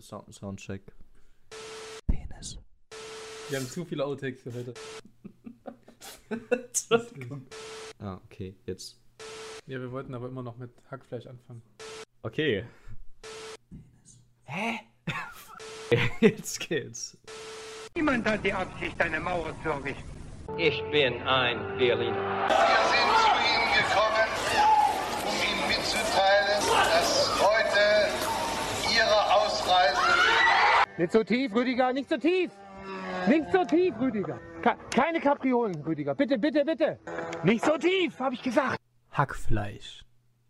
Soundcheck. Penis. Wir haben zu viele Outtakes für heute. Okay, jetzt. Ja, wir wollten aber immer noch mit Hackfleisch anfangen. Okay. Hä? Jetzt geht's. Niemand hat die Absicht, eine Mauer zu errichten. Ich bin ein Berliner. Wir sind zu Ihnen gekommen, um Ihnen mitzuteilen, dass heute Ihre Ausreise... Nicht so tief, Rüdiger, nicht so tief! Nicht so tief, Rüdiger! Keine Kapriolen, Rüdiger, bitte, bitte, bitte! Nicht so tief, habe ich gesagt! Hackfleisch.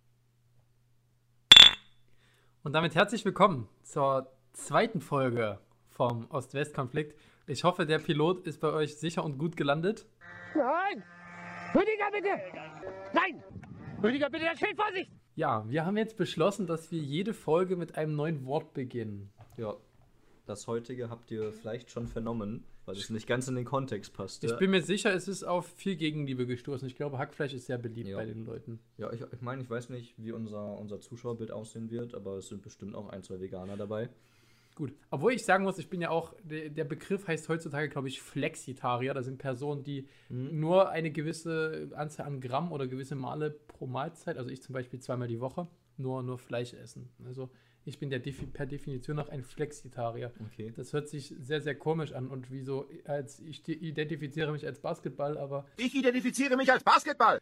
Und damit herzlich willkommen zur zweiten Folge vom Ost-West-Konflikt. Ich hoffe, der Pilot ist bei euch sicher und gut gelandet. Nein! Rüdiger, bitte! Nein! Rüdiger, bitte, das Schild, Vorsicht! Ja, wir haben jetzt beschlossen, dass wir jede Folge mit einem neuen Wort beginnen. Ja, das heutige habt ihr vielleicht schon vernommen, weil es nicht ganz in den Kontext passt. Ich bin mir sicher, es ist auf viel Gegenliebe gestoßen. Ich glaube, Hackfleisch ist sehr beliebt bei den Leuten. Ja, ich meine, ich weiß nicht, wie unser Zuschauerbild aussehen wird, aber es sind bestimmt auch ein, zwei Veganer dabei. Gut, obwohl ich sagen muss, ich bin ja auch, der Begriff heißt heutzutage, glaube ich, Flexitarier. Das sind Personen, die nur eine gewisse Anzahl an Gramm oder gewisse Male pro Mahlzeit, also ich zum Beispiel zweimal die Woche, nur Fleisch essen. Also ich bin per Definition noch ein Flexitarier. Okay. Das hört sich sehr, sehr komisch an und wieso, ich identifiziere mich als Basketball, aber... Ich identifiziere mich als Basketball!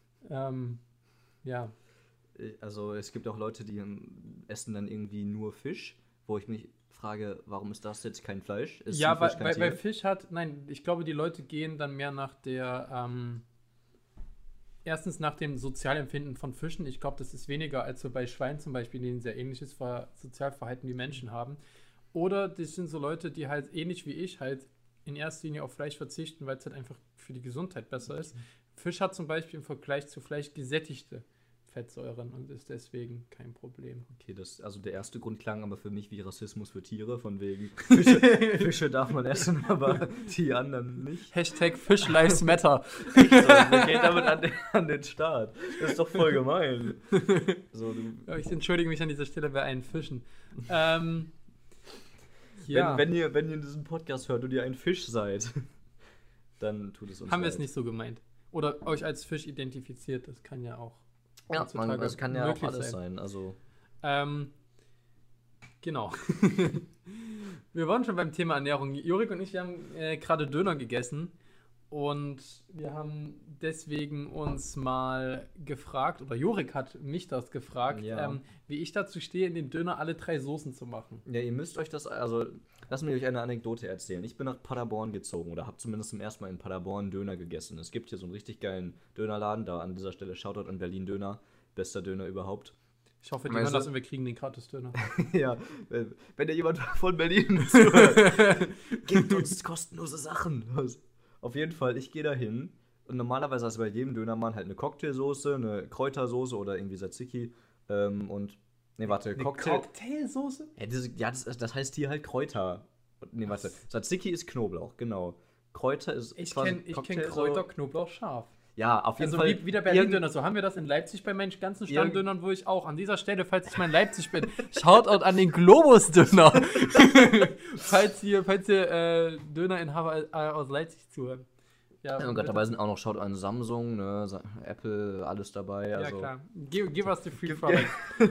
Ja. Also es gibt auch Leute, die essen dann irgendwie nur Fisch, wo ich mich frage, warum ist das jetzt kein Fleisch? Ist ja, Fisch kein weil Fisch ich glaube, die Leute gehen dann mehr nach der, erstens nach dem Sozialempfinden von Fischen. Ich glaube, das ist weniger als so bei Schweinen zum Beispiel, die ein sehr ähnliches Sozialverhalten wie Menschen haben. Oder das sind so Leute, die halt ähnlich wie ich halt in erster Linie auf Fleisch verzichten, weil es halt einfach für die Gesundheit besser ist. Fisch hat zum Beispiel im Vergleich zu Fleisch gesättigte Fettsäuren und ist deswegen kein Problem. Okay, also der erste Grund klang aber für mich wie Rassismus für Tiere, von wegen Fische darf man essen, aber die anderen nicht. Hashtag Fish Lives Matter. Wir gehen damit an den Start. Das ist doch voll gemein. So, ich entschuldige mich an dieser Stelle bei allen Fischen. Wenn ihr in diesem Podcast hört und ihr ein Fisch seid, dann tut es uns Haben wir leid. es nicht so gemeint. Oder euch als Fisch identifiziert, das kann ja auch. Ja, das kann ja auch alles sein. Also. Genau. Wir waren schon beim Thema Ernährung. Jurik und ich, wir haben gerade Döner gegessen und wir haben deswegen uns mal gefragt, oder Jurik hat mich das gefragt, wie ich dazu stehe, in den Döner alle 3 Soßen zu machen. Ja, ihr müsst euch lasst mich euch eine Anekdote erzählen. Ich bin nach Paderborn gezogen oder habe zumindest zum ersten Mal in Paderborn Döner gegessen. Es gibt hier so einen richtig geilen Dönerladen, da an dieser Stelle Shoutout an Berlin Döner, bester Döner überhaupt. Ich hoffe, die hören das und wir kriegen den Gratis-Döner. Ja, wenn ihr jemand von Berlin zuhört, gebt uns kostenlose Sachen. Auf jeden Fall, ich gehe da hin und normalerweise hast du bei jedem Dönermann halt eine Cocktailsoße, eine Kräutersoße oder irgendwie Tzatziki Cocktailsoße? Das heißt hier halt Kräuter. Tzatziki ist Knoblauch, genau. Kräuter ist Ich kenn Kräuter, Knoblauch, scharf. Ja, auf jeden Fall. Also wie der Berlin-Döner, so haben wir das in Leipzig bei meinen ganzen Stammdönern, wo ich auch. An dieser Stelle, falls ich mal in Leipzig bin, Shoutout an den Globus-Döner. falls ihr Dönerinhaber aus Leipzig zuhören. Ja, und gerade dabei sind auch noch Shoutout an Samsung, ne, Apple, alles dabei. Also. Ja, klar. Give us the free product.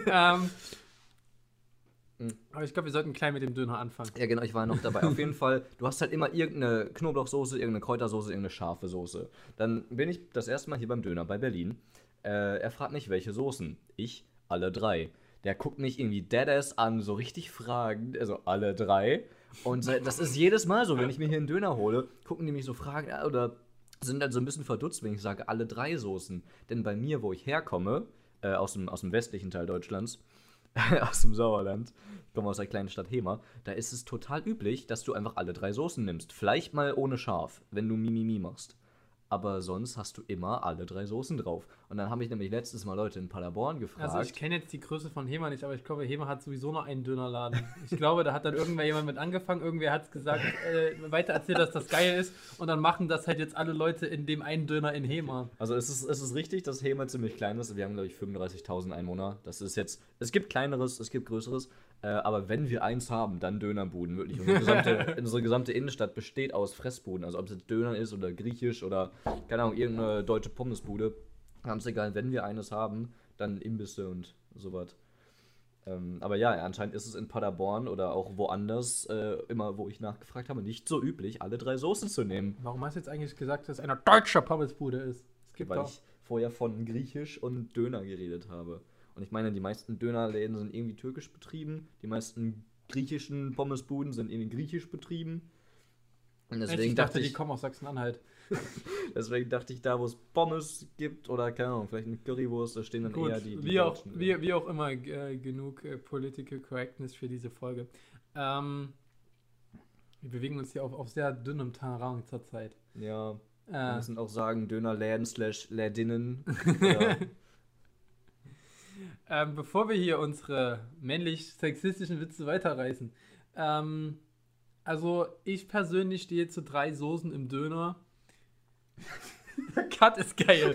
Aber ich glaube, wir sollten klein mit dem Döner anfangen. Ja, genau, ich war noch dabei. Auf jeden Fall, du hast halt immer irgendeine Knoblauchsoße, irgendeine Kräutersoße, irgendeine scharfe Soße. Dann bin ich das erste Mal hier beim Döner bei Berlin. Er fragt mich, welche Soßen. Ich, alle 3. Der guckt mich irgendwie deadass an, so richtig fragend, also alle 3. Und das ist jedes Mal so, wenn ich mir hier einen Döner hole, gucken die mich so fragend oder sind dann so ein bisschen verdutzt, wenn ich sage, alle 3 Soßen. Denn bei mir, wo ich herkomme, aus dem westlichen Teil Deutschlands, aus dem Sauerland, ich komme aus der kleinen Stadt Hemer, da ist es total üblich, dass du einfach alle 3 Soßen nimmst. Vielleicht mal ohne Schaf, wenn du Mimimi machst. Aber sonst hast du immer alle 3 Soßen drauf. Und dann habe ich nämlich letztes Mal Leute in Paderborn gefragt. Also ich kenne jetzt die Größe von Hemer nicht, aber ich glaube, Hemer hat sowieso noch einen Dönerladen. Ich glaube, da hat dann irgendwer jemand mit angefangen, irgendwer hat gesagt, weiter erzählt, dass das geil ist. Und dann machen das halt jetzt alle Leute in dem einen Döner in Hemer. Also es ist richtig, dass Hemer ziemlich klein ist. Wir haben, glaube ich, 35.000 Einwohner. Das ist jetzt, es gibt kleineres, es gibt größeres. Aber wenn wir eins haben, dann Dönerbuden, wirklich. Unsere gesamte Innenstadt besteht aus Fressbuden. Also ob es jetzt Döner ist oder griechisch oder, keine Ahnung, irgendeine deutsche Pommesbude. Ganz egal, wenn wir eines haben, dann Imbisse und sowas. Aber ja, anscheinend ist es in Paderborn oder auch woanders, immer wo ich nachgefragt habe, nicht so üblich, alle 3 Soßen zu nehmen. Warum hast du jetzt eigentlich gesagt, dass es eine deutsche Pommesbude ist? Es gibt Weil doch. ich vorher von griechisch und Döner geredet habe. Und ich meine, die meisten Dönerläden sind irgendwie türkisch betrieben, die meisten griechischen Pommesbuden sind irgendwie griechisch betrieben. Und deswegen die kommen aus Sachsen-Anhalt. Deswegen dachte ich, da wo es Pommes gibt oder keine Ahnung, vielleicht eine Currywurst, da stehen dann Gut, eher die wie auch Deutschen. wie auch immer, genug Political Correctness für diese Folge. Wir bewegen uns hier auf sehr dünnem Terrain zurzeit. Ja, wir müssen auch sagen, Dönerläden / Lädinnen. Ja. Bevor wir hier unsere männlich-sexistischen Witze weiterreißen. Also ich persönlich stehe zu 3 Soßen im Döner. Der Cut ist geil.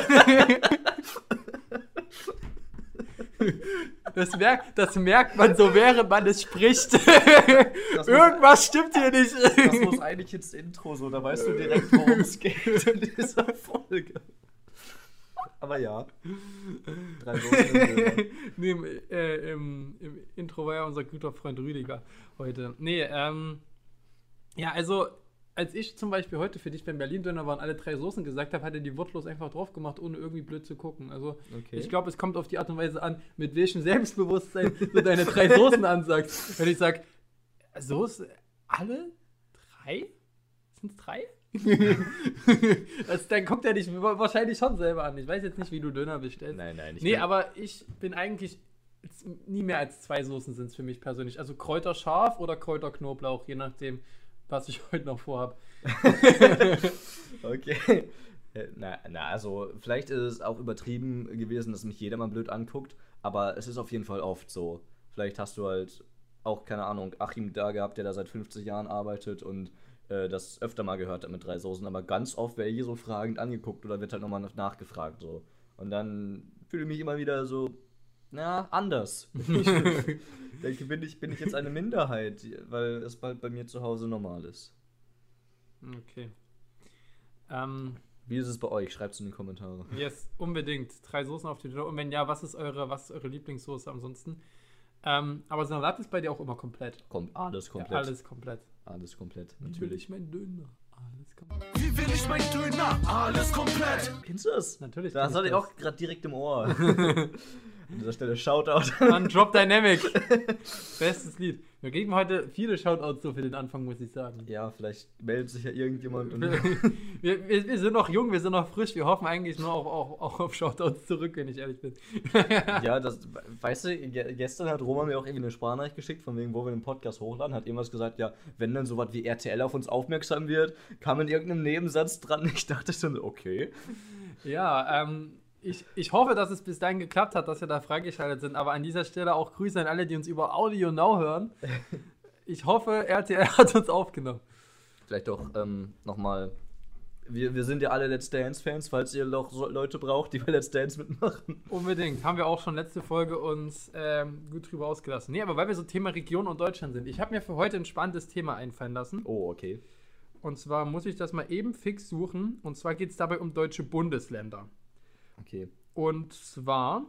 Das merkt man so, während man es spricht. Irgendwas stimmt hier nicht. Das muss eigentlich ins Intro so, da weißt du direkt, worum es geht in dieser Folge. Aber ja. 3 Soßen im Döner. Im Intro war ja unser guter Freund Rüdiger heute. Ja, also als ich zum Beispiel heute für dich beim Berlin-Döner war und alle 3 Soßen gesagt habe, hat er die wortlos einfach drauf gemacht, ohne irgendwie blöd zu gucken. Also Okay. ich glaube, es kommt auf die Art und Weise an, mit welchem Selbstbewusstsein du deine 3 Soßen ansagst. Wenn ich sage, Soße, alle 3? Sind es 3? Dann guckt er dich wahrscheinlich schon selber an. Ich weiß jetzt nicht, wie du Döner bestellst. Nein. Aber ich bin eigentlich nie mehr als 2 Soßen sind es für mich persönlich. Also Kräuterscharf oder Kräuterknoblauch, je nachdem, was ich heute noch vorhab. Okay. Also vielleicht ist es auch übertrieben gewesen, dass mich jeder mal blöd anguckt, aber es ist auf jeden Fall oft so. Vielleicht hast du halt auch, keine Ahnung, Achim da gehabt, der da seit 50 Jahren arbeitet und das öfter mal gehört hat mit 3 Soßen, aber ganz oft werde ich hier so fragend angeguckt oder wird halt nochmal nachgefragt so. Und dann fühle ich mich immer wieder so, anders. Ich denke, bin ich jetzt eine Minderheit, weil es bald bei mir zu Hause normal ist. Okay. Wie ist es bei euch? Schreibt es in die Kommentare. Yes, unbedingt. 3 Soßen auf die Döner. Und wenn ja, was ist eure Lieblingssoße ansonsten? Aber Salat ist bei dir auch immer komplett. Alles komplett. Ja, alles komplett. Alles komplett, Wie will natürlich. ich mein Döner? Alles komplett. Wie will ich mein Döner? Alles komplett. Kennst du das? Natürlich. Das kenn hatte ich ich auch gerade direkt im Ohr. An dieser Stelle Shoutout. An Drop Dynamic. Bestes Lied. Wir kriegen heute viele Shoutouts so für den Anfang, muss ich sagen. Ja, vielleicht meldet sich ja irgendjemand. Und Wir sind noch jung, wir sind noch frisch. Wir hoffen eigentlich nur auch auf Shoutouts zurück, wenn ich ehrlich bin. ja, weißt du, gestern hat Roman mir auch irgendwie eine Sprachnachricht geschickt, von wegen, wo wir den Podcast hochladen, hat irgendwas gesagt, ja, wenn dann sowas wie RTL auf uns aufmerksam wird, kam in irgendeinem Nebensatz dran. Ich dachte schon, okay. Ja, ich hoffe, dass es bis dahin geklappt hat, dass wir da freigeschaltet sind. Aber an dieser Stelle auch Grüße an alle, die uns über Audio Now hören. Ich hoffe, RTL hat uns aufgenommen. Vielleicht auch nochmal, wir sind ja alle Let's Dance-Fans, falls ihr noch Leute braucht, die bei Let's Dance mitmachen. Unbedingt. Haben wir auch schon letzte Folge uns gut drüber ausgelassen. Nee, aber weil wir so Thema Region und Deutschland sind. Ich habe mir für heute ein spannendes Thema einfallen lassen. Oh, okay. Und zwar muss ich das mal eben fix suchen. Und zwar geht es dabei um deutsche Bundesländer. Okay. Und zwar,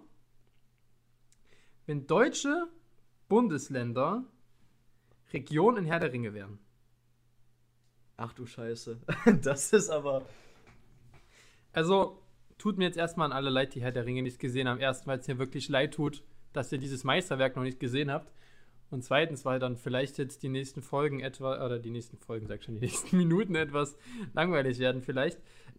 wenn deutsche Bundesländer Regionen in Herr der Ringe wären. Ach du Scheiße. Das ist aber... Also, tut mir jetzt erstmal an alle leid, die Herr der Ringe nicht gesehen haben. Erstens, weil es mir wirklich leid tut, dass ihr dieses Meisterwerk noch nicht gesehen habt. Und zweitens, weil dann vielleicht jetzt die nächsten Folgen die nächsten Minuten etwas langweilig werden vielleicht.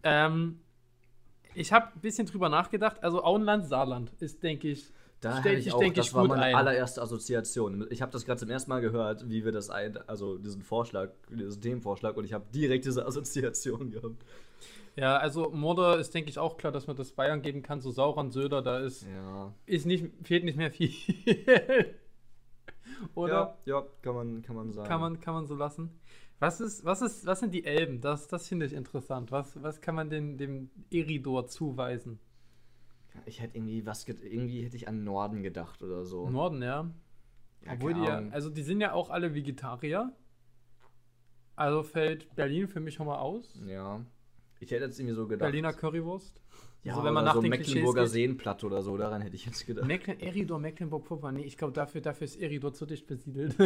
Ich habe ein bisschen drüber nachgedacht. Also Auenland, Saarland ist, denke ich, Das war gut meine ein. allererste Assoziation. Ich habe das gerade zum ersten Mal gehört, wie wir diesen Themenvorschlag, und ich habe direkt diese Assoziation gehabt. Ja, also Mordor ist, denke ich, auch klar, dass man das Bayern geben kann. So Sauron, Söder, da fehlt nicht mehr viel. Oder? Ja, kann man sagen. Kann man so lassen. Was sind die Elben? Das finde ich interessant. Was kann man dem Eridor zuweisen? Ich hätte irgendwie hätte ich an Norden gedacht oder so. Norden, ja. Obwohl die keine ja, Ahnung. also die sind ja auch alle Vegetarier. Also fällt Berlin für mich schon mal aus. Ja. Ich hätte jetzt irgendwie so gedacht. Berliner Currywurst. ja, also wenn man oder nach so den Mecklenburger Klischees geht. Seenplatte oder so, daran hätte ich jetzt gedacht. Eridor, Mecklenburg-Vorpommern. Nee, ich glaube, dafür ist Eridor zu dicht besiedelt.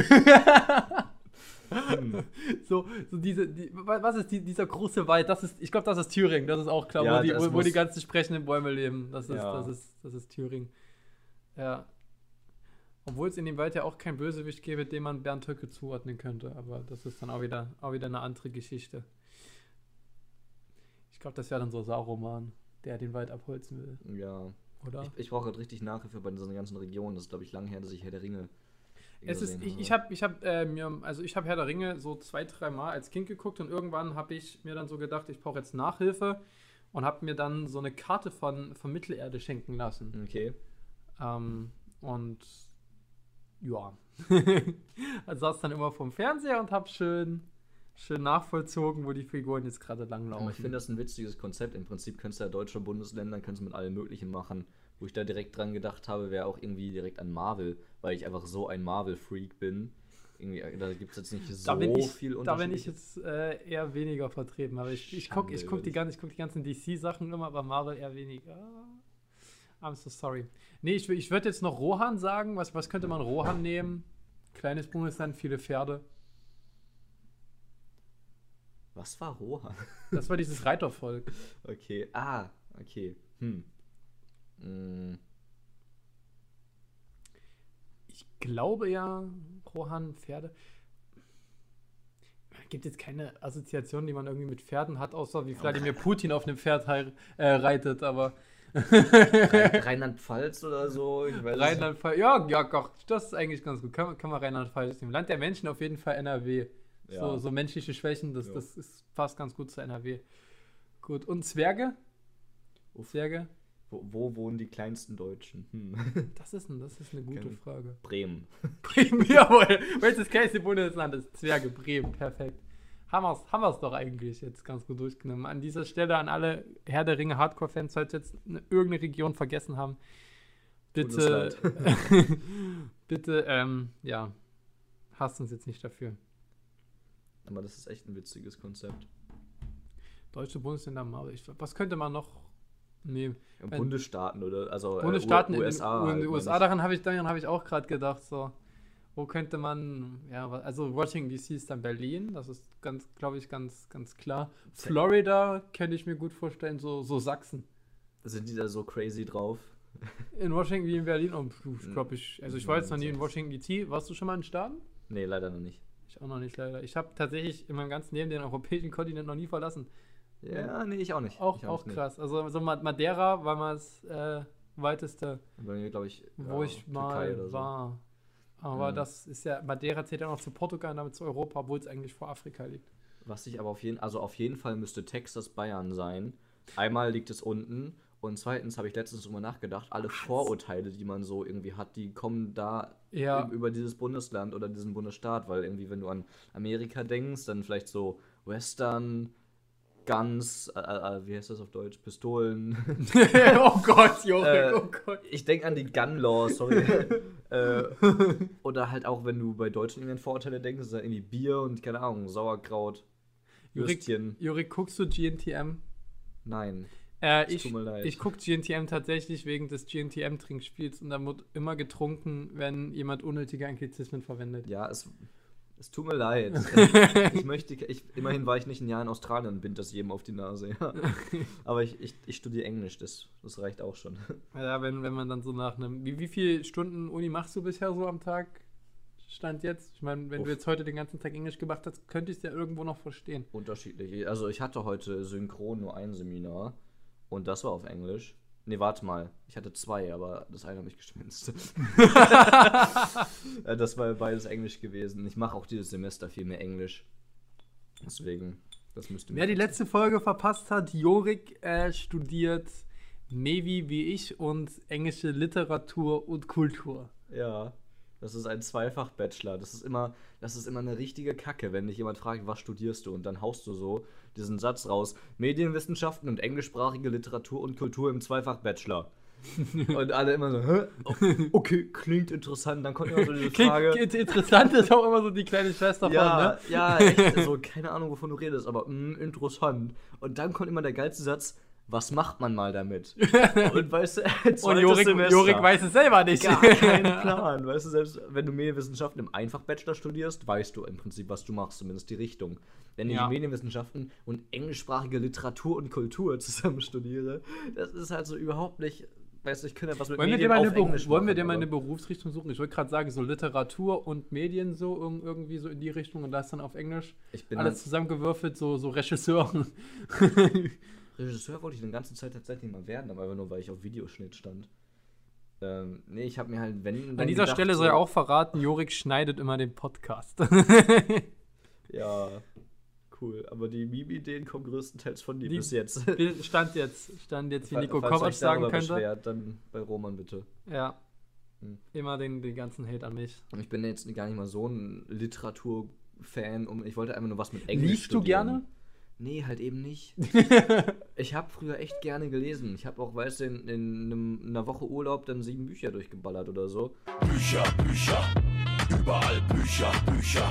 so was ist dieser große Wald? Ich glaube, das ist Thüringen, das ist auch klar, Ja, wo, das wo muss- die ganzen sprechenden Bäume leben. Das Ja. ist Thüringen. Ja. Obwohl es in dem Wald ja auch kein Bösewicht gäbe, dem man Bernd Höcke zuordnen könnte, aber das ist dann auch wieder eine andere Geschichte. Ich glaube, das wäre dann so Sauroman, der den Wald abholzen will, Ja. oder? Ich brauche halt richtig Nachhilfe bei diesen ganzen Regionen. Das ist, glaube ich, lange her, dass ich Herr der Ringe gesehen Ich habe Herr der Ringe so 2-3 Mal als Kind geguckt und irgendwann habe ich mir dann so gedacht, ich brauche jetzt Nachhilfe und habe mir dann so eine Karte von Mittelerde schenken lassen. Okay. Und ja, also saß dann immer vorm Fernseher und habe schön nachvollzogen, wo die Figuren jetzt gerade langlaufen. Aber ich finde das ein witziges Konzept. Im Prinzip könntest du ja deutsche Bundesländer, kannst du mit allem Möglichen machen. Wo ich da direkt dran gedacht habe, wäre auch irgendwie direkt an Marvel, weil ich einfach so ein Marvel-Freak bin. Irgendwie, da gibt es jetzt nicht so viel Unterschied. Da bin ich jetzt eher weniger vertreten, aber ich guck die ganzen DC-Sachen immer, aber Marvel eher weniger. I'm so sorry. Nee, ich würde jetzt noch Rohan sagen. Was könnte man Rohan nehmen? Kleines Bundesland, viele Pferde. Was war Rohan? Das war dieses Reitervolk. Okay. Okay. Ich glaube ja, Rohan, Pferde. Gibt jetzt keine Assoziation, die man irgendwie mit Pferden hat, außer wie Wladimir Putin auf einem Pferd reitet, aber Rheinland-Pfalz oder so? Ich weiß Rheinland-Pfalz, ja, doch, das ist eigentlich ganz gut. Kann man Rheinland-Pfalz nehmen. Land der Menschen auf jeden Fall NRW. Ja. So menschliche Schwächen, das passt ganz gut zu NRW. Gut, und Zwerge? Zwerge? Wo wohnen die kleinsten Deutschen? Das ist eine gute Frage. Bremen. Bremen, jawohl. Welches kleinste Bundesland ist? Zwerge, Bremen, perfekt. Haben wir's doch eigentlich jetzt ganz gut durchgenommen. An dieser Stelle an alle Herr der Ringe Hardcore-Fans, falls wir jetzt irgendeine Region vergessen haben, bitte, bitte, ja, hasst uns jetzt nicht dafür. Aber das ist echt ein witziges Konzept. Deutsche Bundesländer, was könnte man noch nehmen? Ja, Bundesstaaten oder also Bundesstaaten USA. in den USA, daran habe ich auch gerade gedacht, so. Wo könnte man, ja, also Washington DC ist dann Berlin, das ist glaube ich, ganz klar. Florida könnte ich mir gut vorstellen, so Sachsen. Sind die da so crazy drauf? In Washington wie in Berlin, und ich war jetzt noch nie in Washington DC. Warst du schon mal in Staaten? Nee, leider noch nicht. Ich auch noch nicht, leider. Ich habe tatsächlich in meinem ganzen Leben den europäischen Kontinent noch nie verlassen. Ja, nee, ich auch nicht. Auch krass. Also so Madeira war mal das weiteste, Bei mir, glaube ich, wo ich Türkei mal oder so. war. Aber das ist ja, Madeira zählt ja noch zu Portugal und damit zu Europa, obwohl es eigentlich vor Afrika liegt. Was ich aber auf jeden Fall müsste Texas Bayern sein. Einmal liegt es unten und zweitens habe ich letztens drüber nachgedacht, alle Vorurteile, die man so irgendwie hat, die kommen da über dieses Bundesland oder diesen Bundesstaat, weil irgendwie, wenn du an Amerika denkst, dann vielleicht so Western, Guns, wie heißt das auf Deutsch? Pistolen. Oh Gott, Jorik, oh Gott. Ich denke an die Gun Laws, sorry. Oder halt auch, wenn du bei Deutschen irgendwie an Vorurteile denkst, ist da irgendwie Bier und, keine Ahnung, Sauerkraut, Würstchen. Jorik, guckst du GNTM? Nein. Tut mir leid. Ich gucke GNTM tatsächlich wegen des GNTM-Trinkspiels und da wird immer getrunken, wenn jemand unnötige Anglizismen verwendet. Ja, es tut mir leid. Immerhin war ich nicht ein Jahr in Australien und bind das jedem auf die Nase, ja. Aber ich studiere Englisch, das reicht auch schon. Ja, wenn man dann so nach einem. Wie viele Stunden Uni machst du bisher so am Tag? Stand jetzt? Ich meine, wenn du jetzt heute den ganzen Tag Englisch gemacht hast, könnte ich es ja irgendwo noch verstehen. Unterschiedlich. Also ich hatte heute synchron nur ein Seminar und das war auf Englisch. Nee, warte mal. Ich hatte 2, aber das eine habe ich geschwänzt. Das war beides Englisch gewesen. Ich mache auch dieses Semester viel mehr Englisch. Deswegen, das müsste mir. Wer die letzte Folge verpasst hat, Jorik studiert Navy wie ich und englische Literatur und Kultur. Ja, das ist ein Zweifach-Bachelor. Das ist immer eine richtige Kacke, wenn dich jemand fragt, was studierst du? Und dann haust du so diesen Satz raus: Medienwissenschaften und englischsprachige Literatur und Kultur im Zweifach-Bachelor. Und alle immer so, hä? Okay, klingt interessant. Dann kommt immer so diese Frage. Interessant ist auch immer so die kleine Schwester Ja, von, ne? ja, echt. So, keine Ahnung, wovon du redest, aber interessant. Und dann kommt immer der geilste Satz, was macht man mal damit? Und weißt du, Und Jorik weiß es selber nicht. Gar keinen Plan. Weißt du, selbst wenn du Medienwissenschaften im Einfach-Bachelor studierst, weißt du im Prinzip, was du machst, zumindest die Richtung. Wenn ich Medienwissenschaften und englischsprachige Literatur und Kultur zusammen studiere, das ist halt so überhaupt nicht, weißt du, ich könnte was mit Medien auf Englisch machen. Wollen wir dir mal eine Berufsrichtung suchen? Ich wollte gerade sagen, so Literatur und Medien so irgendwie so in die Richtung und das dann auf Englisch. Alles zusammengewürfelt, so Regisseur. Regisseur wollte ich die ganze Zeit tatsächlich mal werden, aber einfach nur, weil ich auf Videoschnitt stand. Nee, ich habe mir halt, wenn an dieser gedacht, Stelle soll er auch verraten, Jorik schneidet immer den Podcast. Ja, cool. Aber die Meme-Ideen kommen größtenteils von dir bis jetzt. Stand jetzt, wie Nico Kovac sagen könnte. Beschwert, dann bei Roman bitte. Ja. Immer den ganzen Hate an mich. Und ich bin jetzt gar nicht mal so ein Literaturfan. Ich wollte einfach nur was mit Englisch Liest studieren. du gerne? Nee, halt eben nicht. Ich habe früher echt gerne gelesen. Ich habe auch, weißt du, in einer Woche Urlaub dann 7 Bücher durchgeballert oder so. Bücher, überall Bücher.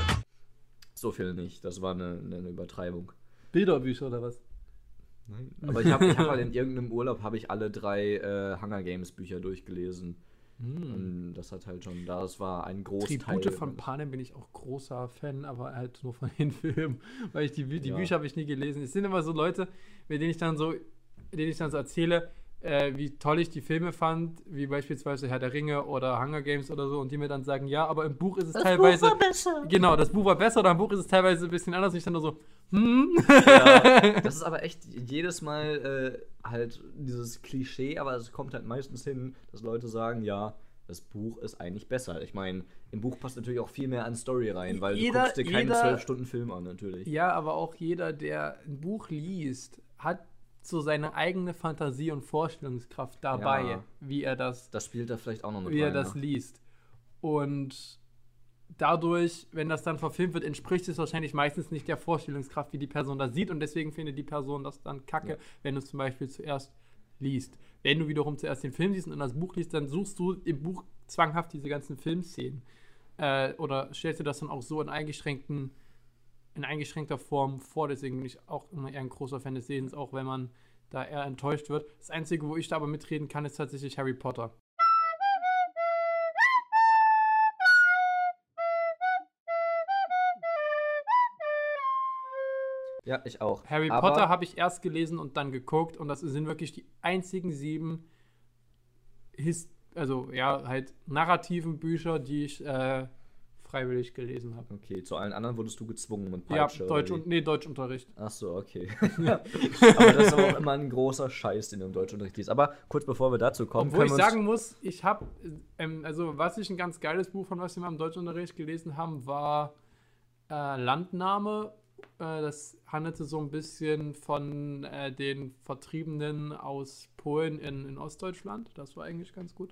So viel nicht, das war eine Übertreibung. Bilderbücher oder was? Nein. Aber ich hab halt in irgendeinem Urlaub habe ich alle 3 Hunger Games Bücher durchgelesen. Und das hat halt schon, das war ein Großteil. Tribute von Panem bin ich auch großer Fan, aber halt nur von den Filmen, weil ich die Bücher habe ich nie gelesen. Es sind immer so Leute, mit denen ich dann so erzähle, wie toll ich die Filme fand, wie beispielsweise Herr der Ringe oder Hunger Games oder so, und die mir dann sagen, ja, aber im Buch ist es teilweise... Das Buch war besser. Genau, das Buch war besser, oder im Buch ist es teilweise ein bisschen anders, und ich dann nur so, Ja, das ist aber echt jedes Mal halt dieses Klischee, aber es kommt halt meistens hin, dass Leute sagen, ja, das Buch ist eigentlich besser. Ich meine, im Buch passt natürlich auch viel mehr an Story rein, weil du guckst dir keinen 12-Stunden-Film an, natürlich. Ja, aber auch jeder, der ein Buch liest, hat so seine eigene Fantasie und Vorstellungskraft dabei, wie er das spielt da vielleicht auch noch mit wie rein, er das liest. Und dadurch, wenn das dann verfilmt wird, entspricht es wahrscheinlich meistens nicht der Vorstellungskraft, wie die Person das sieht, und deswegen findet die Person das dann kacke, wenn du es zum Beispiel zuerst liest. Wenn du wiederum zuerst den Film siehst und das Buch liest, dann suchst du im Buch zwanghaft diese ganzen Filmszenen. Oder stellst du das dann auch so in eingeschränkter Form vor, deswegen bin ich auch immer eher ein großer Fan des Lesens, auch wenn man da eher enttäuscht wird. Das Einzige, wo ich da aber mitreden kann, ist tatsächlich Harry Potter. Ja, ich auch. Harry Potter habe ich erst gelesen und dann geguckt, und das sind wirklich die einzigen 7 narrativen Bücher, die ich freiwillig gelesen habe. Okay, zu allen anderen wurdest du gezwungen mit Peitsche? Ja, Deutschunterricht. Ach so, okay. Aber das ist aber auch immer ein großer Scheiß, den du im Deutschunterricht liest. Aber kurz bevor wir dazu kommen, obwohl ich sagen muss, ich habe, was ich ein ganz geiles Buch von was wir mal im Deutschunterricht gelesen haben, war Landnahme. Das handelte so ein bisschen von den Vertriebenen aus Polen in Ostdeutschland. Das war eigentlich ganz gut.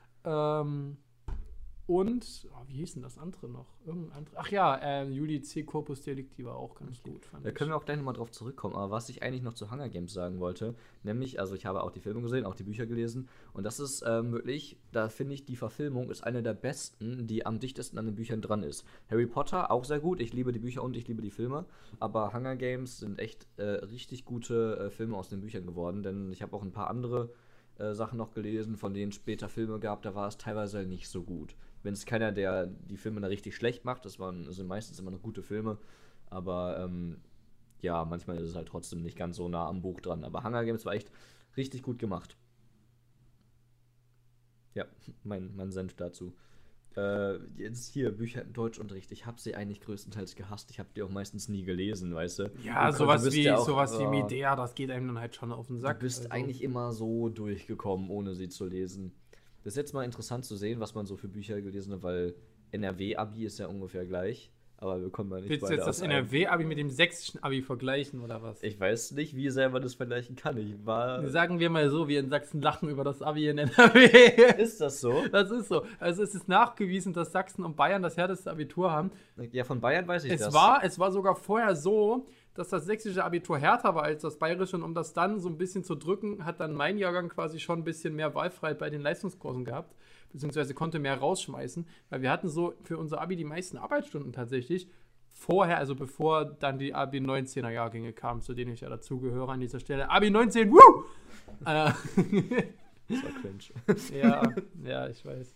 Und, wie hieß denn das andere noch? Ach ja, Juli C. Corpus Delicti war auch ganz gut, fand ich. Da können wir auch gleich nochmal drauf zurückkommen. Aber was ich eigentlich noch zu Hunger Games sagen wollte, nämlich, also ich habe auch die Filme gesehen, auch die Bücher gelesen, und das ist wirklich, da finde ich, die Verfilmung ist eine der besten, die am dichtesten an den Büchern dran ist. Harry Potter, auch sehr gut, ich liebe die Bücher und ich liebe die Filme, aber Hunger Games sind echt richtig gute Filme aus den Büchern geworden, denn ich habe auch ein paar andere Sachen noch gelesen, von denen später Filme gab, da war es teilweise nicht so gut. Wenn es keiner, der die Filme da richtig schlecht macht, sind meistens immer noch gute Filme, aber ja, manchmal ist es halt trotzdem nicht ganz so nah am Buch dran. Aber Hunger Games war echt richtig gut gemacht. Ja, mein Senf dazu. Jetzt hier, Bücher im Deutschunterricht. Ich habe sie eigentlich größtenteils gehasst. Ich habe die auch meistens nie gelesen, weißt du? Ja, sowas wie Medea, das geht einem dann halt schon auf den Sack. Du bist eigentlich immer so durchgekommen, ohne sie zu lesen. Das ist jetzt mal interessant zu sehen, was man so für Bücher gelesen hat, weil NRW-Abi ist ja ungefähr gleich. Aber wir kommen da nicht weiter. Willst du jetzt das NRW-Abi mit dem sächsischen Abi vergleichen, oder was? Ich weiß nicht, wie sehr man das vergleichen kann. Sagen wir mal so, wir in Sachsen lachen über das Abi in NRW. Ist das so? Das ist so. Also es ist nachgewiesen, dass Sachsen und Bayern das härteste Abitur haben. Ja, von Bayern weiß ich das. Es war sogar vorher so, dass das sächsische Abitur härter war als das bayerische und um das dann so ein bisschen zu drücken, hat dann mein Jahrgang quasi schon ein bisschen mehr Wahlfreiheit bei den Leistungskursen gehabt, beziehungsweise konnte mehr rausschmeißen, weil wir hatten so für unser Abi die meisten Arbeitsstunden tatsächlich vorher, also bevor dann die Abi 19er Jahrgänge kamen, zu denen ich ja dazugehöre an dieser Stelle. Abi 19, woo! Das war cringe. Ja, ich weiß.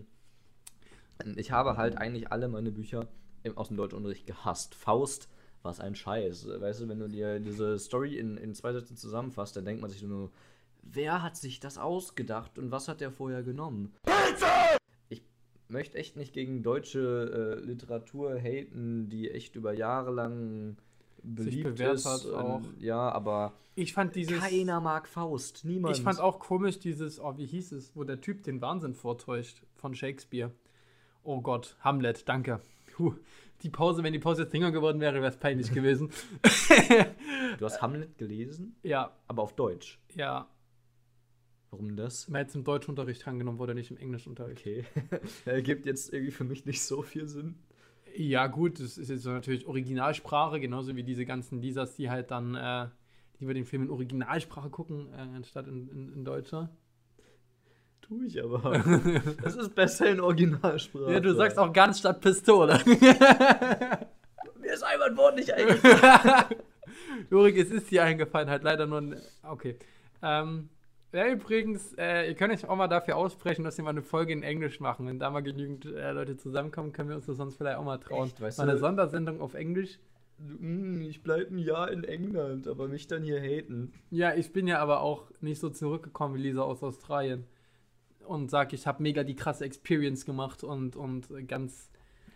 Ich habe halt eigentlich alle meine Bücher aus dem Deutschunterricht gehasst. Faust, was ein Scheiß. Weißt du, wenn du dir diese Story in 2 Sätzen zusammenfasst, dann denkt man sich nur, wer hat sich das ausgedacht und was hat der vorher genommen? Ich möchte echt nicht gegen deutsche Literatur haten, die echt über Jahre lang beliebt bewährt ist. hat auch. Ja, aber Ich fand keiner mag Faust. Niemand. Ich fand auch komisch dieses, wie hieß es, wo der Typ den Wahnsinn vortäuscht von Shakespeare. Oh Gott, Hamlet, danke. Die Pause, wenn die Pause jetzt länger geworden wäre, wäre es peinlich gewesen. Du hast Hamlet gelesen? Ja. Aber auf Deutsch. Ja. Warum das? Weil jetzt im Deutschunterricht angenommen wurde, nicht im Englischunterricht. Okay. Ergibt jetzt irgendwie für mich nicht so viel Sinn. Ja, gut, das ist jetzt so natürlich Originalsprache, genauso wie diese ganzen Lisas, die halt dann, die wir den Film in Originalsprache gucken, anstatt in Deutscher. Tue ich aber. Das ist besser in Originalsprache. Ja, du sagst auch ganz statt Pistole. Mir ist einfach ein Wort nicht eingefallen. Jurik, es ist dir eingefallen, halt leider nur okay. Ja, übrigens, ihr könnt euch auch mal dafür aussprechen, dass wir mal eine Folge in Englisch machen. Wenn da mal genügend Leute zusammenkommen, können wir uns das sonst vielleicht auch mal trauen. Echt, weißt mal eine du? Sondersendung auf Englisch. Ich bleibe ein Jahr in England, aber mich dann hier haten. Ja, ich bin ja aber auch nicht so zurückgekommen wie Lisa aus Australien. Und sag, ich habe mega die krasse Experience gemacht und ganz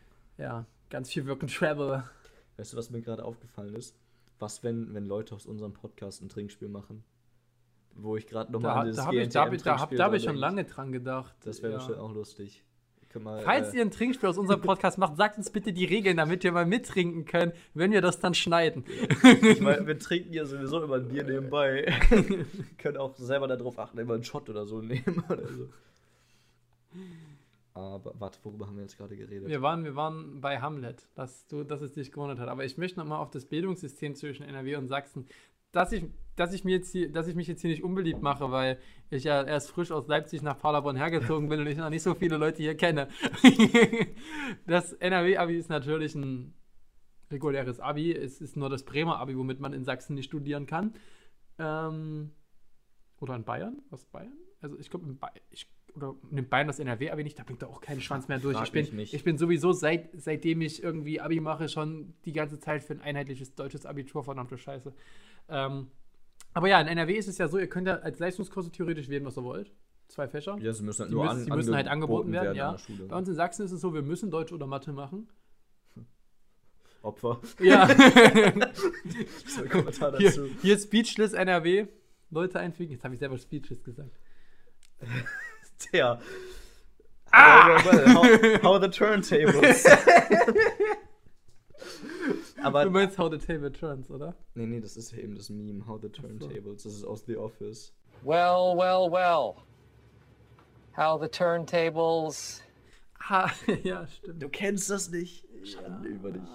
viel Work and Travel. Weißt du, was mir gerade aufgefallen ist? Was, wenn Leute aus unserem Podcast ein Trinkspiel machen? Wo ich gerade nochmal an dieses GNTM-Trinkspiel Da habe ich schon lange dran gedacht. Das wäre bestimmt auch lustig. Falls ihr ein Trinkspiel aus unserem Podcast macht, sagt uns bitte die Regeln, damit wir mal mittrinken können, wenn wir das dann schneiden. Ich meine, wir trinken ja sowieso immer ein Bier nebenbei. Wir können auch selber darauf achten, immer einen Shot oder so nehmen oder so. Aber warte, worüber haben wir jetzt gerade geredet? Wir waren bei Hamlet, dass es dich gewundert hat. Aber ich möchte nochmal auf das Bildungssystem zwischen NRW und Sachsen, dass ich mich jetzt hier nicht unbeliebt mache, weil ich ja erst frisch aus Leipzig nach Paderborn hergezogen bin und ich noch nicht so viele Leute hier kenne. Das NRW-Abi ist natürlich ein reguläres Abi. Es ist nur das Bremer Abi, womit man in Sachsen nicht studieren kann. Oder in Bayern? Was Bayern? Also ich glaube in Bayern das NRW-Abi nicht, da bringt er auch keinen Schwanz mehr durch. Ich bin sowieso, seitdem ich irgendwie Abi mache, schon die ganze Zeit für ein einheitliches deutsches Abitur, verdammte Scheiße. Aber ja, in NRW ist es ja so, ihr könnt ja als Leistungskurse theoretisch wählen, was ihr wollt. 2 Fächer. Ja, sie müssen halt angeboten werden, ja. an der Schule. Bei uns in Sachsen ist es so, wir müssen Deutsch oder Mathe machen. Opfer. Ja. So ein Kommentar dazu. Hier Speechless NRW. Leute einfügen. Jetzt habe ich selber Speechless gesagt. Tja. Well, how the turntables. Aber du meinst How the Table Turns, oder? Nee, das ist ja eben das Meme, How the Turntables. Das ist aus The Office. Well, well, well. How the turntables. Ja, stimmt. Du kennst das nicht. Schande über dich.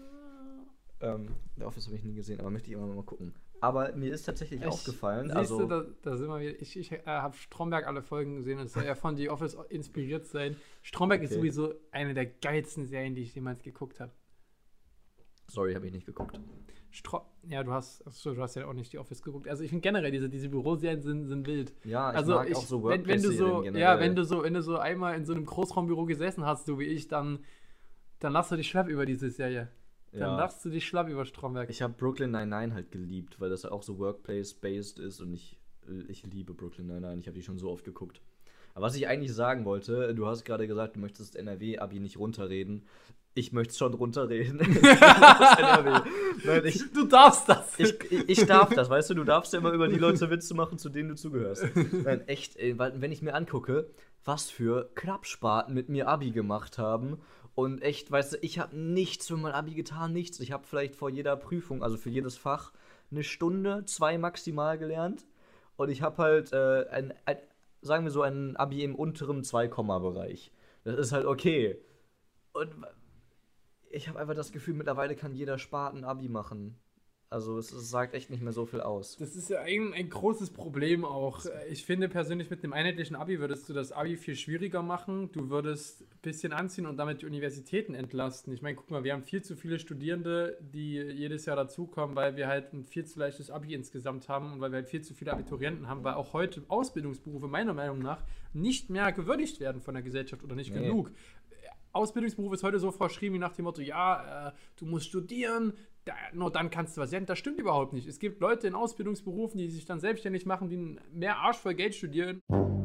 The Office habe ich nie gesehen, aber möchte ich immer mal gucken. Aber mir ist tatsächlich aufgefallen. Siehst du, da sind wir wieder. Ich habe Stromberg alle Folgen gesehen und es soll ja von The Office inspiriert sein. Stromberg ist sowieso eine der geilsten Serien, die ich jemals geguckt habe. Sorry, habe ich nicht geguckt. Ja, du hast ja auch nicht The Office geguckt. Also ich finde generell, diese Büroserien sind wild. Ja, also mag auch so Workplace-Serien generell. Wenn du so einmal in so einem Großraumbüro gesessen hast, so wie ich, dann lachst du dich schlapp über diese Serie. Dann lachst du dich schlapp über Stromberg. Ich habe Brooklyn Nine-Nine halt geliebt, weil das auch so Workplace-based ist und ich liebe Brooklyn Nine-Nine. Ich habe die schon so oft geguckt. Aber was ich eigentlich sagen wollte, du hast gerade gesagt, du möchtest das NRW-Abi nicht runterreden. Ich möchte es schon runterreden. Das NRW. Nein, du darfst das. Ich darf das, weißt du? Du darfst ja immer über die Leute Witze machen, zu denen du zugehörst. Nein, echt, weil wenn ich mir angucke, was für Klappspaten mit mir Abi gemacht haben und echt, weißt du, ich habe nichts für mein Abi getan, nichts. Ich habe vielleicht vor jeder Prüfung, also für jedes Fach, 1 Stunde, 2 maximal gelernt und ich habe halt sagen wir so, ein Abi im unteren 2-Bereich. Das ist halt okay. Und ich habe einfach das Gefühl, mittlerweile kann jeder Spaten Abi machen. Also es sagt echt nicht mehr so viel aus. Das ist ja ein großes Problem auch. Ich finde persönlich, mit einem einheitlichen Abi würdest du das Abi viel schwieriger machen. Du würdest ein bisschen anziehen und damit die Universitäten entlasten. Ich meine, guck mal, wir haben viel zu viele Studierende, die jedes Jahr dazukommen, weil wir halt ein viel zu leichtes Abi insgesamt haben und weil wir halt viel zu viele Abiturienten haben, weil auch heute Ausbildungsberufe meiner Meinung nach nicht mehr gewürdigt werden von der Gesellschaft oder nicht genug. Ausbildungsberuf ist heute so verschrieben wie nach dem Motto, du musst studieren, nur dann kannst du was lernen. Das stimmt überhaupt nicht. Es gibt Leute in Ausbildungsberufen, die sich dann selbstständig machen, die mehr Arsch voll Geld studieren.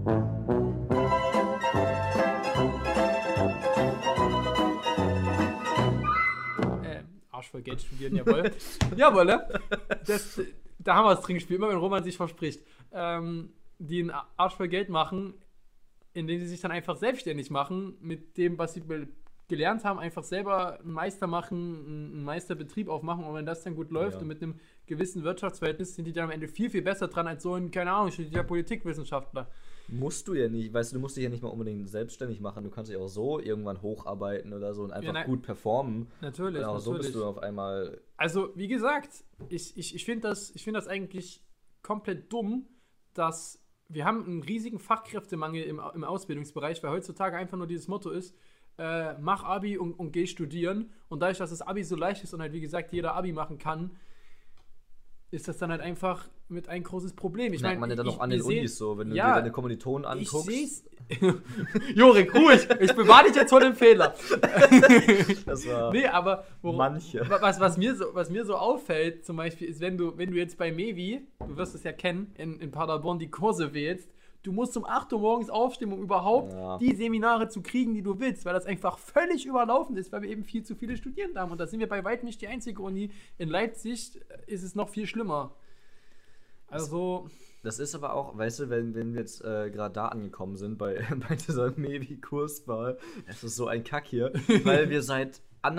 Arsch voll Geld studieren, jawohl. Jawohl, ne? Da haben wir das Trinkspiel, immer wenn Roman sich verspricht. Die einen Arsch voll Geld machen, indem sie sich dann einfach selbstständig machen, mit dem, was sie gelernt haben, einfach selber einen Meister machen, einen Meisterbetrieb aufmachen, und wenn das dann gut läuft und mit einem gewissen Wirtschaftsverhältnis, sind die dann am Ende viel, viel besser dran als so ein, keine Ahnung, studierter Politikwissenschaftler. Musst du ja nicht, weißt du, du musst dich ja nicht mal unbedingt selbstständig machen, du kannst dich auch so irgendwann hocharbeiten oder so und einfach gut performen. Natürlich, und auch so bist du auf einmal... Also, wie gesagt, ich finde das eigentlich komplett dumm, dass wir haben einen riesigen Fachkräftemangel im Ausbildungsbereich, weil heutzutage einfach nur dieses Motto ist, mach Abi und geh studieren. Und dadurch, dass das Abi so leicht ist und halt, wie gesagt, jeder Abi machen kann, ist das dann halt einfach mit ein großes Problem. Ich meine, man ja dann noch an den Unis so, wenn du dir deine Kommilitonen anguckst. Ich seh's. Jorik, ruhig! Ich bewahre dich jetzt vor dem Fehler. Das war aber manche. Was mir so auffällt, zum Beispiel, ist, wenn du jetzt bei Mevi, du wirst es ja kennen, in Paderborn die Kurse wählst, du musst um 8 Uhr morgens aufstehen, um überhaupt die Seminare zu kriegen, die du willst, weil das einfach völlig überlaufen ist, weil wir eben viel zu viele Studierende haben. Und da sind wir bei weitem nicht die einzige Uni. In Leipzig ist es noch viel schlimmer. Also... Das ist aber auch, weißt du, wenn wir jetzt gerade da angekommen sind bei dieser Mevi-Kurswahl, das ist so ein Kack hier, weil wir seit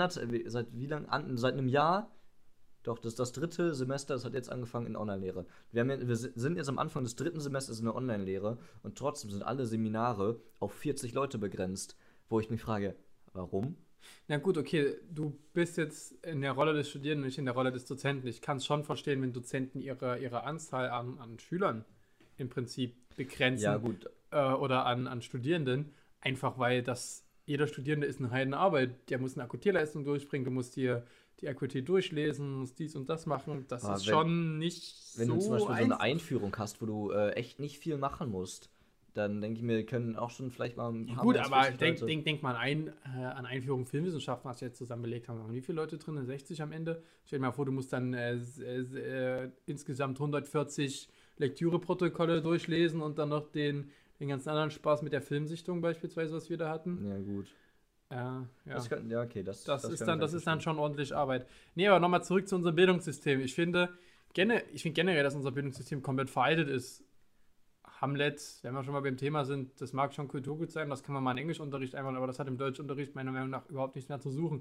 einem Jahr, doch, das ist das 3. Semester, das hat jetzt angefangen in Online-Lehre. Wir sind jetzt am Anfang des 3. Semesters in der Online-Lehre und trotzdem sind alle Seminare auf 40 Leute begrenzt, wo ich mich frage, warum? Na gut, okay, du bist jetzt in der Rolle des Studierenden, nicht in der Rolle des Dozenten. Ich kann es schon verstehen, wenn Dozenten ihre Anzahl an Schülern im Prinzip begrenzen. Ja, gut. Oder an Studierenden, einfach weil jeder Studierende ist eine Heidenarbeit. Der muss eine AQT-Leistung durchbringen, du musst dir die AQT durchlesen, musst dies und das machen. Das ist schon nicht so Wenn du zum Beispiel einfach. so eine Einführung hast, wo du echt nicht viel machen musst, dann denke ich mir, können auch schon vielleicht mal ein paar Gut, aber denk mal an Einführung Filmwissenschaften, was wir jetzt zusammen belegt haben. Wie viele Leute drin? 60 am Ende? Stell dir mal vor, du musst dann insgesamt 140 Lektüreprotokolle durchlesen und dann noch den ganzen anderen Spaß mit der Filmsichtung beispielsweise, was wir da hatten. Ja, gut. Ja. Das ist dann schon ordentlich Arbeit. Nee, aber nochmal zurück zu unserem Bildungssystem. Ich finde generell, dass unser Bildungssystem komplett veraltet ist. Hamlet, wenn wir schon mal beim Thema sind, das mag schon Kulturgut sein, das kann man mal in Englischunterricht einbauen, aber das hat im Deutschunterricht meiner Meinung nach überhaupt nichts mehr zu suchen.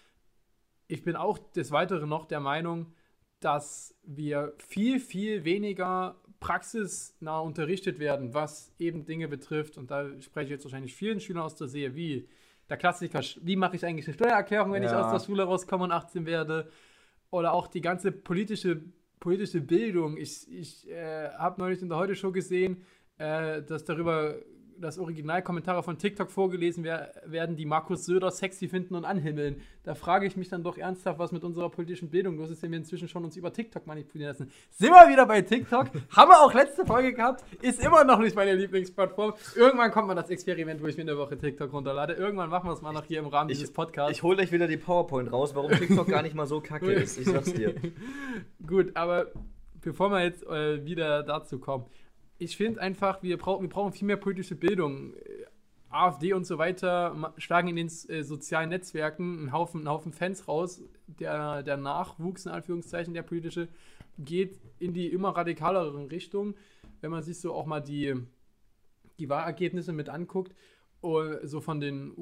Ich bin auch des Weiteren noch der Meinung, dass wir viel, viel weniger praxisnah unterrichtet werden, was eben Dinge betrifft. Und da spreche ich jetzt wahrscheinlich vielen Schülern aus der Seele, wie der Klassiker, wie mache ich eigentlich eine Steuererklärung, wenn ich aus der Schule rauskomme und 18 werde? Oder auch die ganze politische Bildung. Ich habe neulich in der Heute-Show gesehen, dass darüber dass Originalkommentare von TikTok vorgelesen werden, die Markus Söder sexy finden und anhimmeln. Da frage ich mich dann doch ernsthaft, was mit unserer politischen Bildung los ist, wenn wir inzwischen schon uns über TikTok manipulieren lassen. Sind wir wieder bei TikTok? Haben wir auch letzte Folge gehabt. Ist immer noch nicht meine Lieblingsplattform. Irgendwann kommt mal das Experiment, wo ich mir eine Woche TikTok runterlade. Irgendwann machen wir es mal noch hier im Rahmen dieses Podcasts. Ich hole euch wieder die PowerPoint raus, warum TikTok gar nicht mal so kacke ist. Ich sag's dir. Gut, aber bevor wir jetzt wieder dazu kommen, ich finde einfach, wir brauchen viel mehr politische Bildung. AfD und so weiter schlagen in den sozialen Netzwerken einen Haufen Fans raus. Der Nachwuchs, in Anführungszeichen, der politische, geht in die immer radikaleren Richtung. Wenn man sich so auch mal die Wahlergebnisse mit anguckt, so von den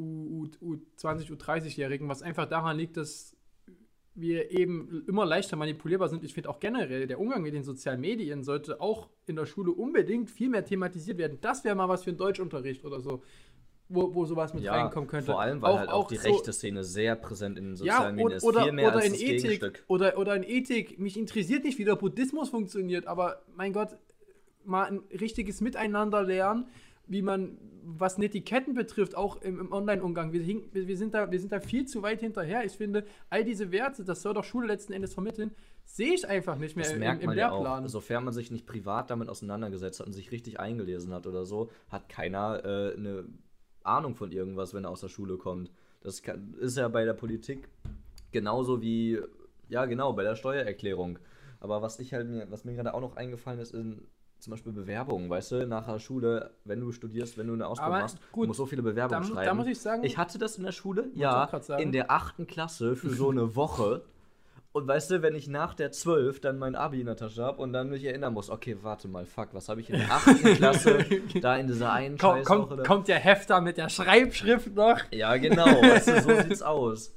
U20, U30-Jährigen, was einfach daran liegt, dass wir eben immer leichter manipulierbar sind. Ich finde auch generell, der Umgang mit den sozialen Medien sollte auch in der Schule unbedingt viel mehr thematisiert werden. Das wäre mal was für einen Deutschunterricht oder so. wo sowas mit reinkommen könnte. Vor allem, weil auch die so, rechte Szene sehr präsent in den sozialen Medien ist. Viel mehr oder als in das Ethik. Gegenstück. Oder in Ethik. Mich interessiert nicht, wie der Buddhismus funktioniert, aber mein Gott, mal ein richtiges Miteinander lernen, wie man, was Netiquetten betrifft, auch im Online-Umgang. Wir sind da viel zu weit hinterher. Ich finde, all diese Werte, das soll doch Schule letzten Endes vermitteln, sehe ich einfach nicht mehr Das im merkt man ja Lehrplan. auch. Sofern man sich nicht privat damit auseinandergesetzt hat und sich richtig eingelesen hat oder so, hat keiner eine Ahnung von irgendwas, wenn er aus der Schule kommt. Das ist ja bei der Politik genauso wie, ja genau, bei der Steuererklärung. Aber was mir gerade auch noch eingefallen ist, in zum Beispiel Bewerbungen, weißt du, nach der Schule, wenn du studierst, wenn du eine Ausbildung machst, gut, du musst so viele Bewerbungen schreiben. Da muss ich sagen, ich hatte das in der Schule, ich auch grad sagen. in der 8. Klasse für so eine Woche. Und weißt du, wenn ich nach der 12 dann mein Abi in der Tasche habe und dann mich erinnern muss, okay, warte mal, fuck, was habe ich in der 8. Klasse da in dieser einen Scheißwoche? Kommt der Hefter mit der Schreibschrift noch? Ja, genau, weißt du, so sieht's aus.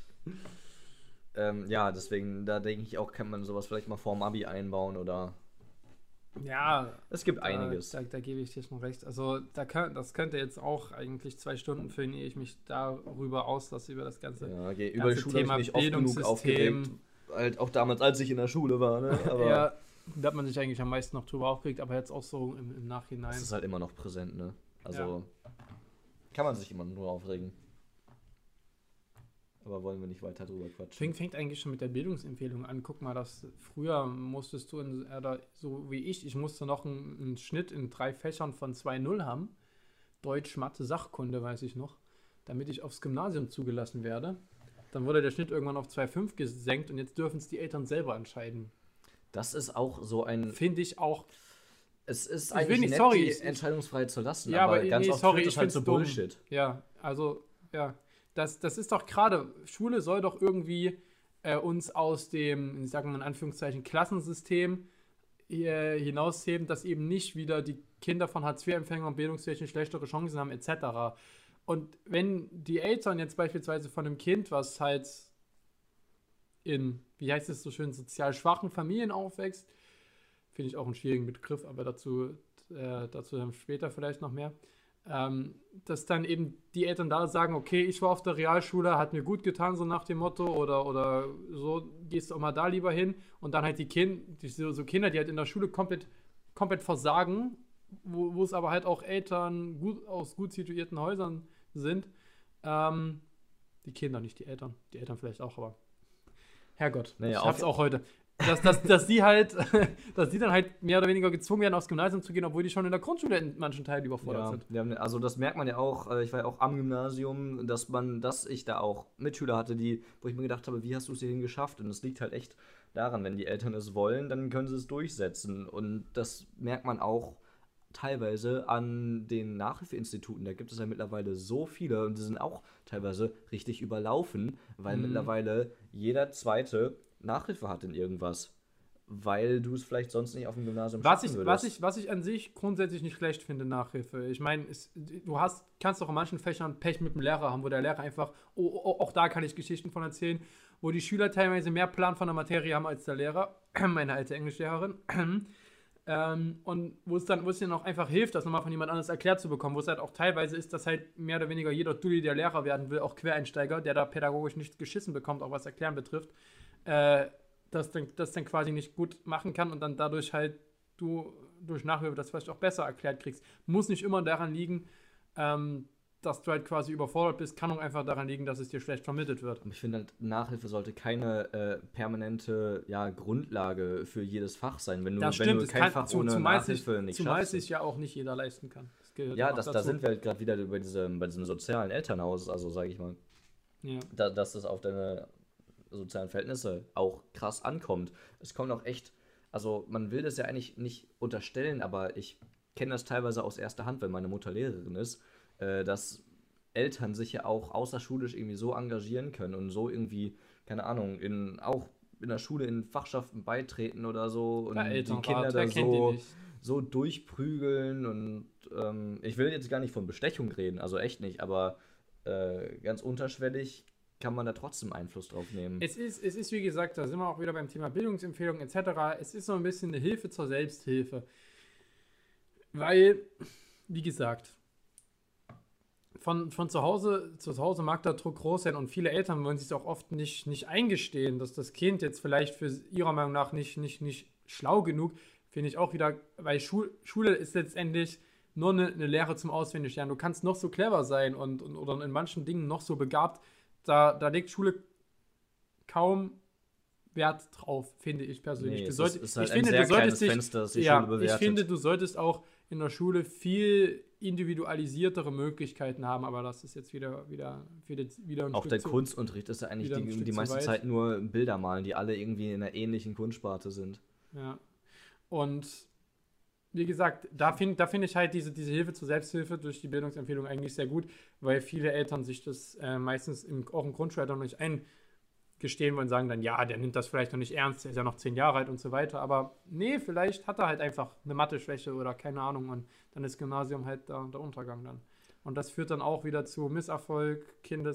Ja, deswegen, da denke ich auch, kann man sowas vielleicht mal vorm Abi einbauen oder... Ja, es gibt einiges. Da gebe ich dir schon recht. Also das könnte jetzt auch eigentlich 2 Stunden füllen, ehe ich mich darüber auslasse, über das ganze, über die Schule habe ich mich oft genug aufgeregt. Halt auch damals, als ich in der Schule war. Ne? Aber ja, da hat man sich eigentlich am meisten noch drüber aufgeregt, aber jetzt auch so im Nachhinein. Das ist halt immer noch präsent, ne? Also kann man sich immer nur aufregen. Aber wollen wir nicht weiter drüber quatschen. Fängt eigentlich schon mit der Bildungsempfehlung an. Guck mal, früher musstest du, so wie ich musste noch einen Schnitt in 3 Fächern von 2,0 haben. Deutsch, Mathe, Sachkunde, weiß ich noch. Damit ich aufs Gymnasium zugelassen werde. Dann wurde der Schnitt irgendwann auf 2,5 gesenkt und jetzt dürfen es die Eltern selber entscheiden. Das ist auch so ein... Finde ich auch... Es ist eigentlich nett, die Entscheidungsfreiheit zu lassen, aber ganz oft führt das halt zu Bullshit. Ja, also, ja... Das ist doch gerade, Schule soll doch irgendwie uns aus dem, ich sage mal in Anführungszeichen, Klassensystem hinausheben, dass eben nicht wieder die Kinder von Hartz-IV-Empfängern bildungstechnisch schlechtere Chancen haben, etc. Und wenn die Eltern jetzt beispielsweise von einem Kind, was halt in, wie heißt es so schön, sozial schwachen Familien aufwächst, finde ich auch einen schwierigen Begriff, aber dazu dann später vielleicht noch mehr, dass dann eben die Eltern da sagen, okay, ich war auf der Realschule, hat mir gut getan, so nach dem Motto, oder so, gehst du auch mal da lieber hin, und dann halt die Kinder, die halt in der Schule komplett versagen, wo es aber halt auch Eltern aus gut situierten Häusern sind, die Kinder, nicht die Eltern vielleicht auch, aber Herrgott, naja, ich hab's auch heute. Dass die dann halt mehr oder weniger gezwungen werden, aufs Gymnasium zu gehen, obwohl die schon in der Grundschule in manchen Teilen überfordert sind. Ja, also das merkt man ja auch, ich war ja auch am Gymnasium, dass ich da auch Mitschüler hatte, wo ich mir gedacht habe, wie hast du es hierhin geschafft? Und es liegt halt echt daran, wenn die Eltern es wollen, dann können sie es durchsetzen. Und das merkt man auch teilweise an den Nachhilfeinstituten. Da gibt es ja mittlerweile so viele und die sind auch teilweise richtig überlaufen, weil mittlerweile jeder Zweite Nachhilfe hat in irgendwas, weil du es vielleicht sonst nicht auf dem Gymnasium schaffen würdest. Was ich an sich grundsätzlich nicht schlecht finde, Nachhilfe. Ich meine, kannst doch in manchen Fächern Pech mit dem Lehrer haben, wo der Lehrer einfach, auch da kann ich Geschichten von erzählen, wo die Schüler teilweise mehr Plan von der Materie haben als der Lehrer, meine alte Englischlehrerin, und wo es dann auch einfach hilft, das nochmal von jemand anderes erklärt zu bekommen, wo es halt auch teilweise ist, dass halt mehr oder weniger jeder Dulli, der Lehrer werden will, auch Quereinsteiger, der da pädagogisch nichts geschissen bekommt, auch was Erklären betrifft, das dann quasi nicht gut machen kann und dann dadurch halt du durch Nachhilfe das vielleicht auch besser erklärt kriegst. Muss nicht immer daran liegen, dass du halt quasi überfordert bist, kann auch einfach daran liegen, dass es dir schlecht vermittelt wird. Ich finde halt, Nachhilfe sollte keine permanente Grundlage für jedes Fach sein. Wenn du kein Fach ohne Nachhilfe nicht schaffst. Zumal sich ja auch nicht jeder leisten kann. Ja, da sind wir halt gerade wieder bei diesem sozialen Elternhaus, also sage ich mal. Ja. Dass das auf deine sozialen Verhältnisse auch krass ankommt. Es kommt auch echt, also man will das ja eigentlich nicht unterstellen, aber ich kenne das teilweise aus erster Hand, weil meine Mutter Lehrerin ist, dass Eltern sich ja auch außerschulisch irgendwie so engagieren können und so irgendwie, keine Ahnung, auch in der Schule in Fachschaften beitreten oder so und die Kinder da so durchprügeln und ich will jetzt gar nicht von Bestechung reden, also echt nicht, aber ganz unterschwellig kann man da trotzdem Einfluss drauf nehmen. Es ist, wie gesagt, da sind wir auch wieder beim Thema Bildungsempfehlungen etc. Es ist so ein bisschen eine Hilfe zur Selbsthilfe. Weil, wie gesagt, von zu Hause mag der Druck groß sein und viele Eltern wollen sich auch oft nicht eingestehen, dass das Kind jetzt vielleicht für ihrer Meinung nach nicht schlau genug, finde ich auch wieder, weil Schule ist letztendlich nur eine Lehre zum Auswendiglernen. Du kannst noch so clever sein oder in manchen Dingen noch so begabt, da legt Schule kaum Wert drauf, finde ich persönlich. Nee, Ich finde, du solltest auch in der Schule viel individualisiertere Möglichkeiten haben, aber das ist jetzt wieder ein Auch Stück der zu- Kunstunterricht ist ja eigentlich wieder ein Stück die zu meiste weit. Zeit nur Bilder malen, die alle irgendwie in einer ähnlichen Kunstsparte sind. Ja. Und wie gesagt, da find ich halt diese Hilfe zur Selbsthilfe durch die Bildungsempfehlung eigentlich sehr gut, weil viele Eltern sich das meistens auch im Grundschulalter noch nicht eingestehen wollen und sagen dann, ja, der nimmt das vielleicht noch nicht ernst, der ist ja noch 10 Jahre alt und so weiter. Aber nee, vielleicht hat er halt einfach eine Mathe-Schwäche oder keine Ahnung und dann ist Gymnasium halt der Untergang dann. Und das führt dann auch wieder zu Misserfolg, Kind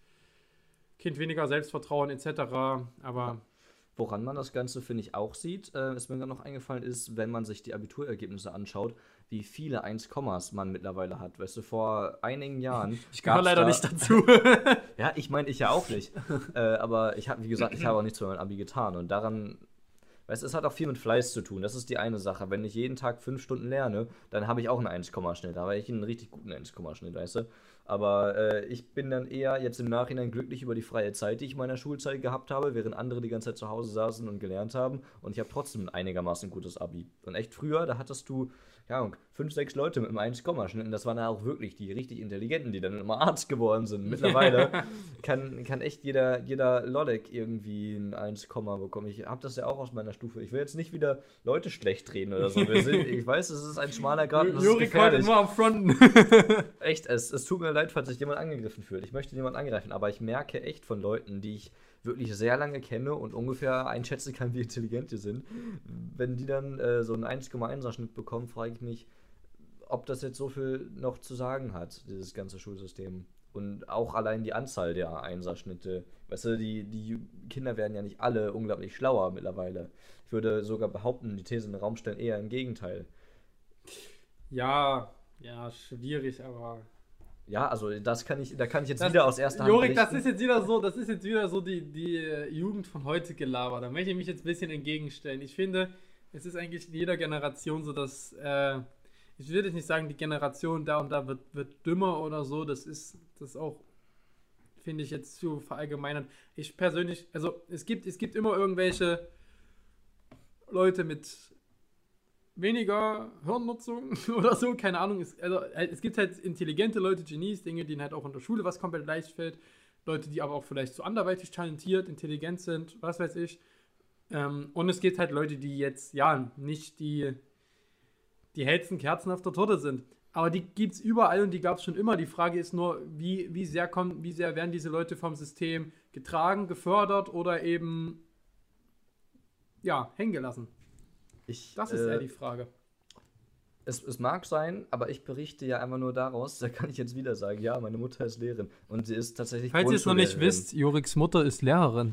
weniger Selbstvertrauen etc. Aber Woran man das Ganze, finde ich, auch sieht, ist mir gerade noch eingefallen, ist, wenn man sich die Abiturergebnisse anschaut, wie viele 1 man mittlerweile hat. Weißt du, vor einigen Jahren. ich gehöre leider nicht dazu. Ja, ich meine, ich ja auch nicht. Aber wie gesagt, ich habe auch nichts für mein Abi getan. Und daran, weißt du, es hat auch viel mit Fleiß zu tun. Das ist die eine Sache. Wenn ich jeden Tag 5 Stunden lerne, dann habe ich auch einen 1-Schnitt. Da habe ich einen richtig guten 1-Schnitt, weißt du. Aber ich bin dann eher jetzt im Nachhinein glücklich über die freie Zeit, die ich in meiner Schulzeit gehabt habe, während andere die ganze Zeit zu Hause saßen und gelernt haben. Und ich habe trotzdem ein einigermaßen gutes Abi. Und echt früher, da hattest du, ja, 5, 6 Leute mit einem 1-Schnitt. Und das waren ja auch wirklich die richtig Intelligenten, die dann immer Arzt geworden sind. Mittlerweile kann echt jeder Lolek irgendwie ein 1, bekommen. Ich habe das ja auch aus meiner Stufe. Ich will jetzt nicht wieder Leute schlecht reden oder so. Ich weiß, es ist ein schmaler Grad. Das ist Jurik heute gefährlich. nur am Fronten. Echt, es tut mir leid, falls sich jemand angegriffen fühlt. Ich möchte niemanden angreifen, aber ich merke echt von Leuten, die ich wirklich sehr lange kenne und ungefähr einschätzen kann, wie intelligent die sind. Wenn die dann so einen 1,1er-Schnitt bekommen, frage ich mich, ob das jetzt so viel noch zu sagen hat, dieses ganze Schulsystem. Und auch allein die Anzahl der 1er-Schnitte. Weißt du, die Kinder werden ja nicht alle unglaublich schlauer mittlerweile. Ich würde sogar behaupten, die These in den Raum stellen, eher im Gegenteil. Ja, schwierig, aber. Ja, also da kann ich jetzt wieder aus erster Hand Jorik, das berichten. ist jetzt wieder so die Jugend von heute gelabert. Da möchte ich mich jetzt ein bisschen entgegenstellen. Ich finde, es ist eigentlich in jeder Generation so, dass, ich will jetzt nicht sagen, die Generation da und da wird dümmer oder so. Das auch, finde ich, jetzt zu verallgemeinern. Ich persönlich, also es gibt immer irgendwelche Leute mit weniger Hirnnutzung oder so, keine Ahnung. Es gibt halt intelligente Leute, Genies, Dinge, denen halt auch in der Schule was komplett leicht fällt. Leute, die aber auch vielleicht so anderweitig talentiert, intelligent sind, was weiß ich. Und es gibt halt Leute, die jetzt, ja, nicht die hellsten Kerzen auf der Torte sind. Aber die gibt es überall und die gab es schon immer. Die Frage ist nur, wie sehr werden diese Leute vom System getragen, gefördert oder eben, ja, hängen gelassen. Das ist eher die Frage. Es mag sein, aber ich berichte ja einfach nur daraus, da kann ich jetzt wieder sagen, ja, meine Mutter ist Lehrerin und sie ist tatsächlich Falls ihr es noch nicht Grundschullehrerin. wisst, Joriks Mutter ist Lehrerin.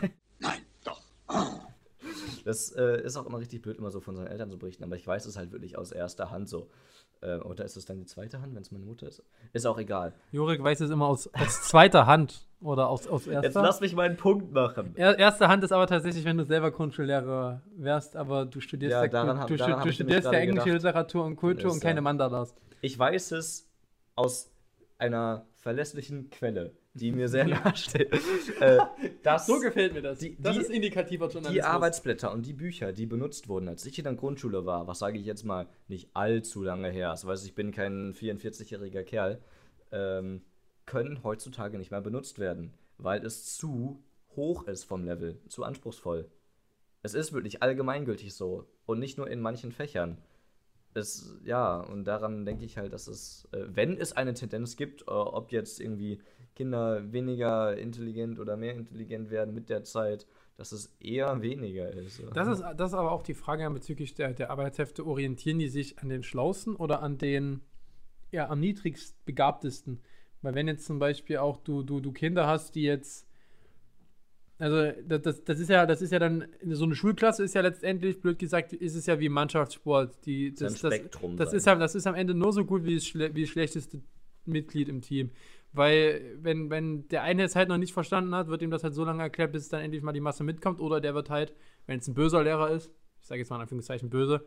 Das ist auch immer richtig blöd, immer so von seinen Eltern zu berichten, aber ich weiß es halt wirklich aus erster Hand so. Oder ist es dann die zweite Hand, wenn es meine Mutter ist? Ist auch egal. Jorik weiß es immer aus zweiter Hand oder aus erster. Jetzt lass mich meinen Punkt machen. Erste Hand ist aber tatsächlich, wenn du selber Grundschullehrer wärst, aber du studierst Ja, ja, daran hab ich du nämlich studierst ja gerade englische gedacht. Literatur und Kultur Das, und keine ja. Mandalas. Ich weiß es aus einer verlässlichen Quelle, die mir sehr nahe steht. So gefällt mir das. Die- Das die- ist indikativer Journalismus. Die Arbeitsblätter und die Bücher, die benutzt wurden, als ich in der Grundschule war, was sage ich jetzt mal, nicht allzu lange her, also weiß ich bin kein 44-jähriger Kerl, können heutzutage nicht mehr benutzt werden, weil es zu hoch ist vom Level, zu anspruchsvoll. Es ist wirklich allgemeingültig so und nicht nur in manchen Fächern. Und daran denke ich halt, dass es, wenn es eine Tendenz gibt, ob jetzt irgendwie Kinder weniger intelligent oder mehr intelligent werden mit der Zeit, dass es eher weniger ist. Das ist aber auch die Frage bezüglich der Arbeitshefte. Orientieren die sich an den Schlausten oder an den am niedrigst Begabtesten? Weil wenn jetzt zum Beispiel auch du Kinder hast, die jetzt, also das ist ja dann, so eine Schulklasse ist ja letztendlich, blöd gesagt, ist es ja wie Mannschaftssport. ein Spektrum Das sein. ist am Ende nur so gut wie das schlechteste Mitglied im Team. Weil, wenn der eine es halt noch nicht verstanden hat, wird ihm das halt so lange erklärt, bis dann endlich mal die Masse mitkommt. Oder der wird halt, wenn es ein böser Lehrer ist, ich sage jetzt mal in Anführungszeichen böse,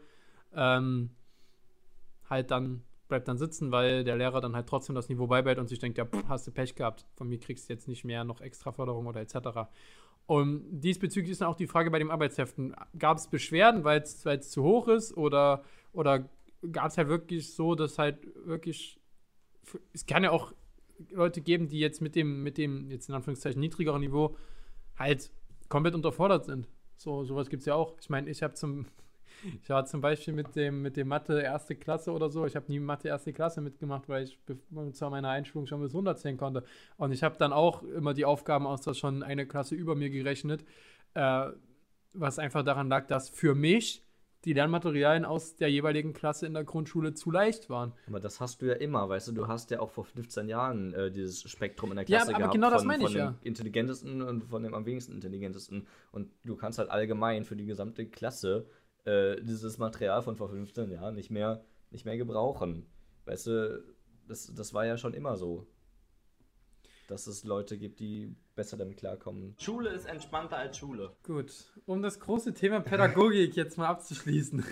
halt dann bleibt dann sitzen, weil der Lehrer dann halt trotzdem das Niveau beibehält und sich denkt, ja, hast du Pech gehabt, von mir kriegst du jetzt nicht mehr noch extra Förderung oder etc. Und diesbezüglich ist dann auch die Frage bei den Arbeitsheften, gab es Beschwerden, weil es zu hoch ist oder gab es halt wirklich so, dass halt wirklich, es kann ja auch Leute geben, die jetzt mit dem jetzt in Anführungszeichen niedrigeren Niveau halt komplett unterfordert sind. Sowas gibt es ja auch. Ich meine, ich war zum Beispiel mit dem Mathe erste Klasse oder so. Ich habe nie Mathe erste Klasse mitgemacht, weil ich zu meiner Einschulung schon bis 100 zählen konnte. Und ich habe dann auch immer die Aufgaben aus der schon eine Klasse über mir gerechnet, was einfach daran lag, dass für mich die Lernmaterialien aus der jeweiligen Klasse in der Grundschule zu leicht waren. Aber das hast du ja immer, weißt du hast ja auch vor 15 Jahren dieses Spektrum in der Klasse gehabt. Ja, aber genau das meine ich von ja. dem intelligentesten und von dem am wenigsten intelligentesten. Und du kannst halt allgemein für die gesamte Klasse dieses Material von vor 15 Jahren nicht mehr gebrauchen. Weißt du, das war ja schon immer so. Dass es Leute gibt, die besser damit klarkommen. Schule ist entspannter als Schule. Gut, um das große Thema Pädagogik jetzt mal abzuschließen.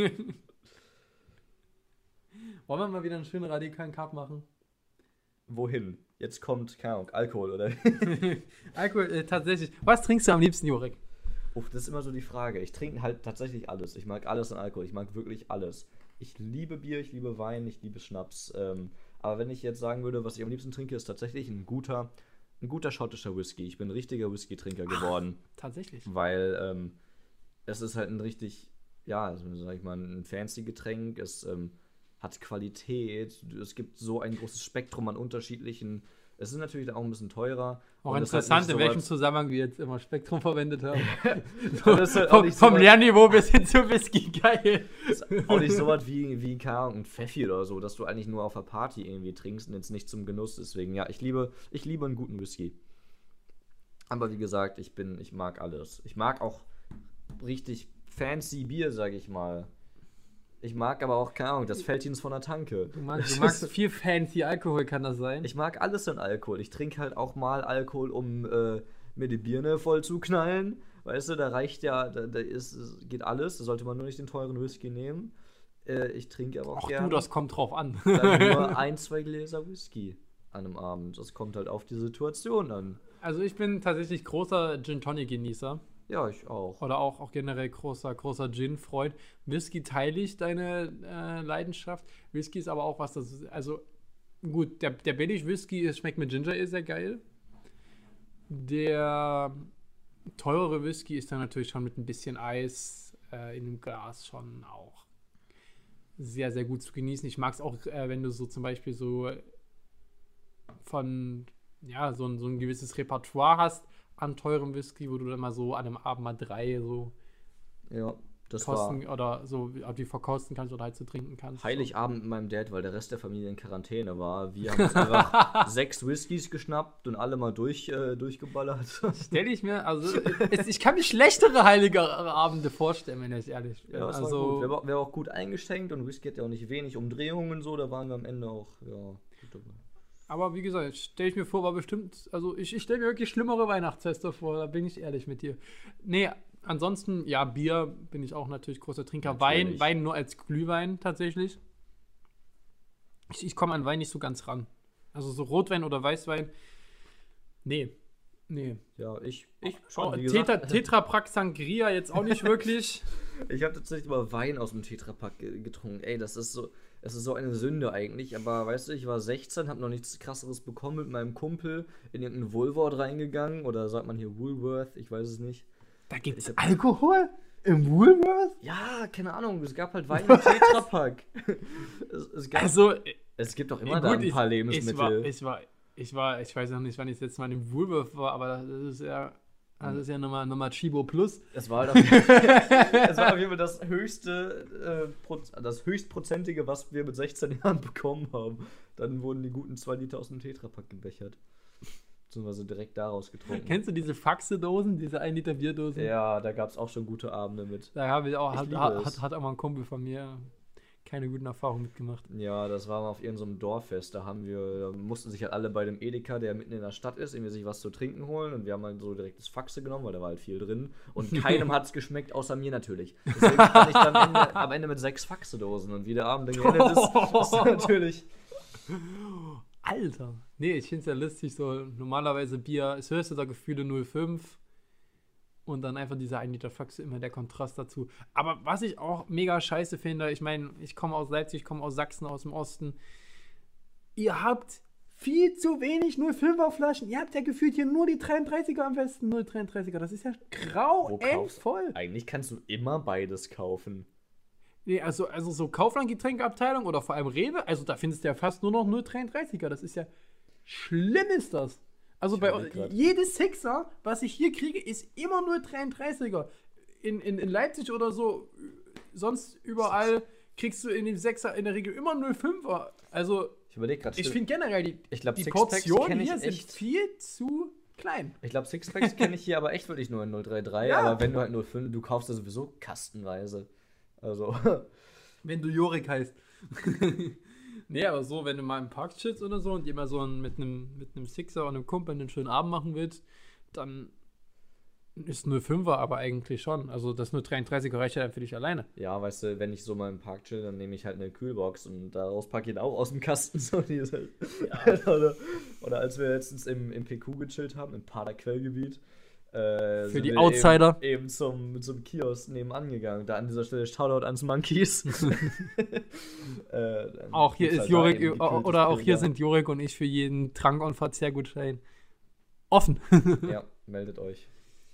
Wollen wir mal wieder einen schönen radikalen Cut machen? Wohin? Jetzt kommt, keine Ahnung, Alkohol, oder? Alkohol, tatsächlich. Was trinkst du am liebsten, Jurek? Uff, das ist immer so die Frage. Ich trinke halt tatsächlich alles. Ich mag alles an Alkohol. Ich mag wirklich alles. Ich liebe Bier, ich liebe Wein, ich liebe Schnaps. Aber wenn ich jetzt sagen würde, was ich am liebsten trinke, ist tatsächlich ein guter schottischer Whisky. Ich bin ein richtiger Whisky-Trinker geworden. Tatsächlich. Weil es ist halt ein richtig, ja, also, sag ich mal, ein fancy Getränk. Es hat Qualität. Es gibt so ein großes Spektrum an unterschiedlichen. Es ist natürlich auch ein bisschen teurer. Auch interessant, in welchem Zusammenhang wir jetzt immer Spektrum verwendet haben. Halt vom Lernniveau bis hin zu Whisky, geil. Das ist auch nicht so was wie keine Ahnung, ein Pfeffi oder so, dass du eigentlich nur auf der Party irgendwie trinkst und jetzt nicht zum Genuss. Deswegen, ja, ich liebe einen guten Whisky. Aber wie gesagt, ich mag alles. Ich mag auch richtig fancy Bier, sag ich mal. Ich mag aber auch, keine Ahnung, das Feldchens von der Tanke. Du magst viel fancy Alkohol, kann das sein? Ich mag alles an Alkohol. Ich trinke halt auch mal Alkohol, um mir die Birne voll zu knallen. Weißt du, da reicht ja, geht alles. Da sollte man nur nicht den teuren Whisky nehmen. Ich trinke aber auch gerne. Ach du, das kommt drauf an. Dann nur 1-2 Gläser Whisky an einem Abend. Das kommt halt auf die Situation an. Also ich bin tatsächlich großer Gin-Tonic-Genießer. Ja, ich auch. Oder auch generell großer Gin-Freund. Whisky teile ich deine Leidenschaft. Whisky ist aber auch was, das ist, also gut, der Billig-Whisky schmeckt mit Ginger Ale sehr geil. Der teurere Whisky ist dann natürlich schon mit ein bisschen Eis in einem Glas schon auch sehr, sehr gut zu genießen. Ich mag es auch, wenn du so zum Beispiel so von, ja, so ein gewisses Repertoire hast an teurem Whisky, wo du dann mal so an einem Abend mal 3 so ja, das kosten oder so, ob die verkosten kannst oder halt so trinken kannst. Heiligabend mit meinem Dad, weil der Rest der Familie in Quarantäne war. Wir haben uns einfach 6 Whiskys geschnappt und alle mal durchgeballert. Stell ich mir, also ich kann mir schlechtere heilige Abende vorstellen, wenn ich ehrlich bin. Ja, das also, war gut. Wir haben auch gut eingeschenkt und Whisky hat ja auch nicht wenig Umdrehungen und so, da waren wir am Ende auch, ja, gut dabei. Aber wie gesagt, stelle ich mir vor, war bestimmt, also ich stelle mir wirklich schlimmere Weihnachtsfeste vor, da bin ich ehrlich mit dir. Nee, ansonsten, ja, Bier bin ich auch natürlich großer Trinker. Natürlich. Wein nur als Glühwein tatsächlich. Ich komme an Wein nicht so ganz ran. Also so Rotwein oder Weißwein, nee. Ja, ich schon, wie gesagt. Tetra Pak Sangria jetzt auch nicht wirklich. Ich habe tatsächlich mal Wein aus dem Tetrapack getrunken. Ey, das ist so eine Sünde eigentlich. Aber weißt du, ich war 16, habe noch nichts Krasseres bekommen, mit meinem Kumpel in irgendeinen Woolworth reingegangen. Oder sagt man hier Woolworth? Ich weiß es nicht. Da gibt's Alkohol? Im Woolworth? Ja, keine Ahnung. Es gab halt Wein im Tetrapack. Es gibt doch immer da ein paar Lebensmittel. Ich weiß noch nicht, wann ich das letzte Mal im Woolworth war, aber das ist ja nochmal Chibo Plus. Es war auf jeden Fall das höchstprozentige, was wir mit 16 Jahren bekommen haben. Dann wurden die guten 2 Liter aus dem Tetrapack gebechert. Beziehungsweise direkt daraus getrunken. Kennst du diese Faxe-Dosen, diese 1 Liter Bierdosen? Ja, da gab es auch schon gute Abende mit. Da habe ich auch, hat auch mal ein Kumpel von mir. keine guten Erfahrungen mitgemacht. Ja, das war mal auf irgendeinem Dorffest. Da mussten sich halt alle bei dem Edeka, der mitten in der Stadt ist, irgendwie sich was zu trinken holen. Und wir haben halt so direkt das Faxe genommen, weil da war halt viel drin. Und keinem hat es geschmeckt, außer mir natürlich. Deswegen stand ich dann am Ende mit 6 Faxe-Dosen. Und wie der Abend dann geendet ist natürlich... Alter. Nee, ich finde es ja lustig, so normalerweise Bier, das höchste der Gefühle 0,5 und dann einfach dieser 1 Liter Faxe, immer der Kontrast dazu. Aber was ich auch mega scheiße finde, ich meine, ich komme aus Leipzig, ich komme aus Sachsen, aus dem Osten. Ihr habt viel zu wenig 0,5er Flaschen. Ihr habt ja gefühlt hier nur die 33er am besten, 0,33er. Das ist ja grauenvoll. Eigentlich kannst du immer beides kaufen. Nee, also so Kaufland-Getränkeabteilung oder vor allem Rewe, also da findest du ja fast nur noch 0,33er. Das ist ja, schlimm ist das. Also jedes Sixer, was ich hier kriege, ist immer 0,33er. In Leipzig oder so, sonst überall kriegst du in dem Sechser in der Regel immer 0,5er. Also ich überlege gerade. Ich finde generell, die Sixpacks Portionen hier sind viel zu klein. Ich glaube, Sixpacks kenne ich hier aber echt wirklich nur in 0,33. Ja. Aber wenn du halt 0,5, du kaufst das sowieso kastenweise. Also. Wenn du Jorik heißt. Nee, aber so, wenn du mal im Park chillst oder so und dir mal so mit einem Sixer und einem Kumpel einen schönen Abend machen willst, dann ist 0,5er aber eigentlich schon. Also das 0,33er reicht ja dann für dich alleine. Ja, weißt du, wenn ich so mal im Park chill, dann nehme ich halt eine Kühlbox und daraus packe ich ihn auch aus dem Kasten. So, die ist halt, ja. oder als wir letztens im PQ gechillt haben, im Paderquellgebiet, für die Outsider. Eben zum Kiosk nebenan gegangen. Da an dieser Stelle Shoutout ans Monkeys. Auch hier ist Jorik, oder auch hier sind Jorik und ich für jeden Trank- und Verzehrgutschein offen. Ja, meldet euch.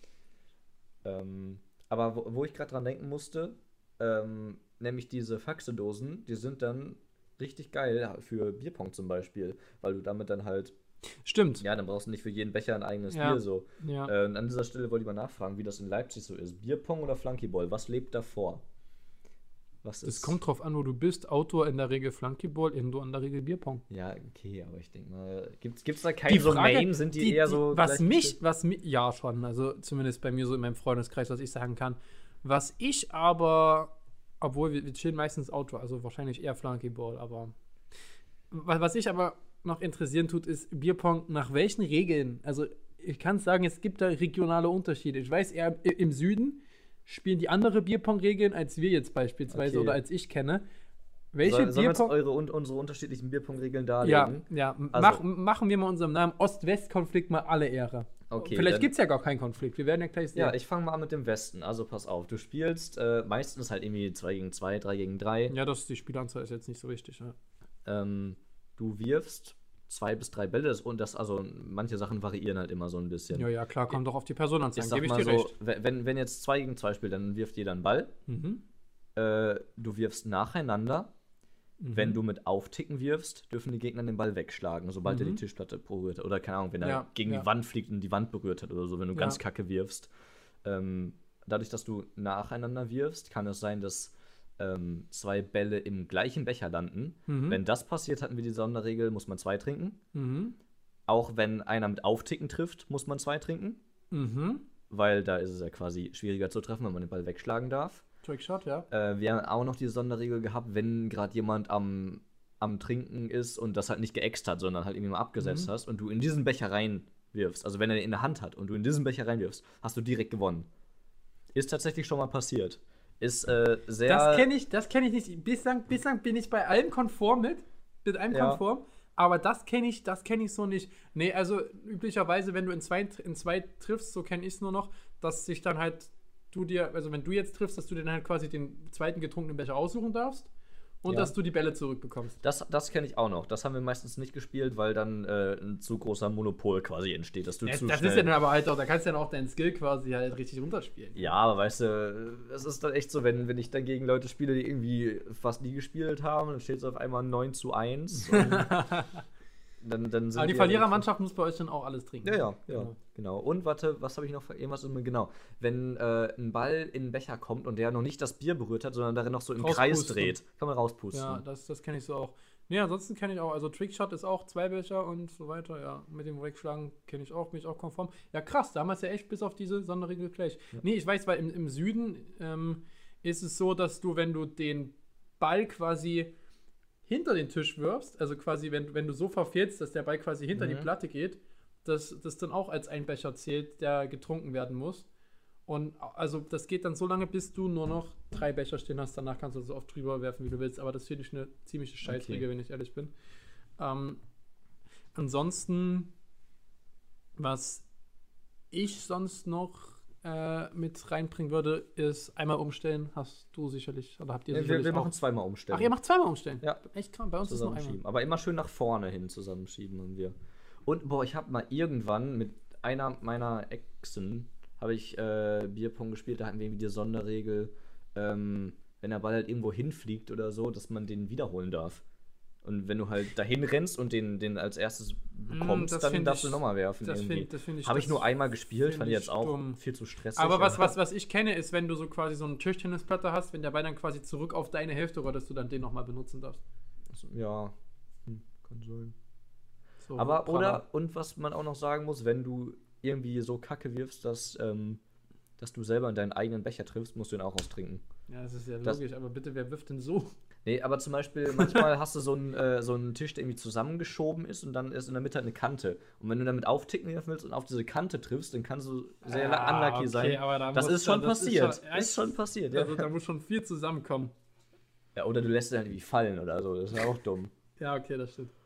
Aber wo ich gerade dran denken musste, nämlich diese Faxe-Dosen, die sind dann richtig geil für Bierpong zum Beispiel, weil du damit dann halt Stimmt. Ja, dann brauchst du nicht für jeden Becher ein eigenes Bier so. Ja. Und an dieser Stelle wollte ich mal nachfragen, wie das in Leipzig so ist. Bierpong oder Flunkyball? Was lebt davor? Es kommt drauf an, wo du bist. Outdoor in der Regel Flunkyball, Indoor in der Regel Bierpong. Ja, okay, aber ich denke mal, gibt's da keine so Main? Sind die eher so... Ja, schon. Also zumindest bei mir so in meinem Freundeskreis, was ich sagen kann. Was ich aber, obwohl wir chillen meistens Outdoor, also wahrscheinlich eher Flunkyball, aber was ich aber noch interessieren tut, ist Bierpong nach welchen Regeln? Also ich kann sagen, es gibt da regionale Unterschiede. Ich weiß, eher im Süden spielen die andere Bierpong-Regeln, als wir jetzt beispielsweise oder als ich kenne. Welche Sollen wir jetzt unsere unterschiedlichen Bierpong-Regeln darlegen? Ja. Also, machen wir mal unserem Namen Ost-West-Konflikt mal alle Ehre. Okay, vielleicht gibt es ja gar keinen Konflikt. Wir werden ja gleich sehen. Ja, ich fange mal an mit dem Westen. Also pass auf, du spielst meistens halt irgendwie 2 gegen 2, 3 gegen 3. Ja, die Spielanzahl ist jetzt nicht so wichtig. Ja. Du wirfst 2 bis 3 Bälle also manche Sachen variieren halt immer so ein bisschen. Ja, klar, kommt doch auf die Person an. Gebe ich dir recht. Wenn jetzt 2 gegen 2 spielt, dann wirft jeder einen Ball. Mhm. Du wirfst nacheinander. Mhm. Wenn du mit Aufticken wirfst, dürfen die Gegner den Ball wegschlagen, sobald er die Tischplatte berührt hat. Oder keine Ahnung, wenn er gegen die Wand fliegt und die Wand berührt hat oder so, wenn du ganz kacke wirfst. Dadurch, dass du nacheinander wirfst, kann es sein, dass 2 Bälle im gleichen Becher landen. Mhm. Wenn das passiert, hatten wir die Sonderregel, muss man 2 trinken. Mhm. Auch wenn einer mit Aufticken trifft, muss man 2 trinken. Mhm. Weil da ist es ja quasi schwieriger zu treffen, wenn man den Ball wegschlagen darf. Trickshot, ja. Wir haben auch noch die Sonderregel gehabt, wenn gerade jemand am Trinken ist und das halt nicht geäxt hat, sondern halt irgendwie mal abgesetzt hast und du in diesen Becher reinwirfst, also wenn er den in der Hand hat und du in diesen Becher reinwirfst, hast du direkt gewonnen. Ist tatsächlich schon mal passiert. Ist sehr... Das kenn ich nicht. Bislang bin ich bei allem konform mit allem konform, aber das kenn ich so nicht. Nee, also üblicherweise, wenn du in zwei triffst, so kenne ich es nur noch, dass sich dann halt wenn du jetzt triffst, dass du dann halt quasi den zweiten getrunkenen Becher aussuchen darfst und dass du die Bälle zurückbekommst. Das kenne ich auch noch. Das haben wir meistens nicht gespielt, weil dann ein zu großer Monopol quasi entsteht, dass du zu Das schnell... ist ja dann aber halt auch, da kannst du ja dann auch deinen Skill quasi halt richtig runterspielen. Ja, aber weißt du, es ist dann echt so, wenn ich dann gegen Leute spiele, die irgendwie fast nie gespielt haben, dann steht es auf einmal 9:1 und dann sind aber die Verlierermannschaft muss bei euch dann auch alles trinken. Ja, genau. Und warte, was habe ich noch? Genau. Wenn ein Ball in den Becher kommt und der noch nicht das Bier berührt hat, sondern darin noch so im Kreis dreht, kann man rauspusten. Ja, das kenne ich so auch. Nee, ansonsten kenne ich auch, also Trickshot ist auch 2 Becher und so weiter, ja. Mit dem Wegschlagen bin ich auch konform. Ja, krass, damals ja echt bis auf diese Sonderregel gleich. Ja. Nee, ich weiß, weil im Süden ist es so, dass du, wenn du den Ball quasi hinter den Tisch wirfst, also quasi, wenn du so verfehlst, dass der Ball quasi hinter die Platte geht, dass das dann auch als ein Becher zählt, der getrunken werden muss. Und also das geht dann so lange, bis du nur noch 3 Becher stehen hast. Danach kannst du so oft drüber werfen, wie du willst. Aber das finde ich eine ziemliche Scheißregel, wenn ich ehrlich bin. Ansonsten, was ich sonst noch mit reinbringen würde, ist einmal umstellen. Hast du sicherlich, oder habt ihr sicherlich Wir auch? machen zweimal umstellen. Ach, ihr macht zweimal umstellen? Ja. Echt krass, bei uns ist es nur einmal. Zusammenschieben. Aber immer schön nach vorne hin zusammenschieben haben wir. Und, ich habe mal irgendwann mit einer meiner Exen habe ich Bierpong gespielt, da hatten wir irgendwie die Sonderregel, wenn der Ball halt irgendwo hinfliegt oder so, dass man den wiederholen darf. Und wenn du halt dahin rennst und den als erstes bekommst, dann darfst du nochmal werfen. Das finde ich. Habe ich nur einmal gespielt, fand ich jetzt auch dumm. viel zu stressig. Aber was ich kenne, ist, wenn du so quasi so eine Tischtennisplatte hast, wenn der Ball dann quasi zurück auf deine Hälfte rollt, dass du dann den nochmal benutzen darfst. Also, ja, kann sein. So, Aber, und was man auch noch sagen muss, wenn du irgendwie so Kacke wirfst, dass du selber in deinen eigenen Becher triffst, musst du ihn auch austrinken. Ja, das ist ja logisch, aber bitte, wer wirft denn so? Nee, aber zum Beispiel, manchmal hast du so einen Tisch, der irgendwie zusammengeschoben ist und dann ist in der Mitte halt eine Kante. Und wenn du damit aufticken willst und auf diese Kante triffst, dann kannst du sehr unlucky sein. Aber das ist schon passiert. Das ist schon passiert, ja. Also da muss schon viel zusammenkommen. Ja, oder du lässt ihn halt irgendwie fallen oder so. Das ist ja auch dumm. Ja, okay, das stimmt.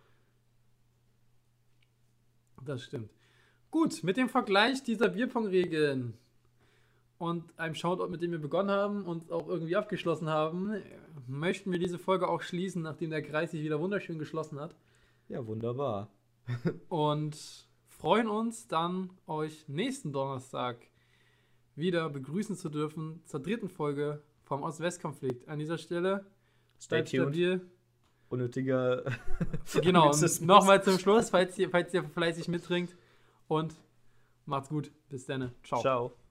Das stimmt. Gut, mit dem Vergleich dieser Bierpong-Regeln und einem Shoutout, mit dem wir begonnen haben und auch irgendwie abgeschlossen haben, möchten wir diese Folge auch schließen, nachdem der Kreis sich wieder wunderschön geschlossen hat. Ja, wunderbar. Und freuen uns dann, euch nächsten Donnerstag wieder begrüßen zu dürfen zur 3. Folge vom Ost-West-Konflikt. An dieser Stelle, bleibt stabil. Unnötiger Genau, nochmal zum Schluss, falls ihr fleißig mittrinkt. Und macht's gut. Bis dann. Ciao. Ciao.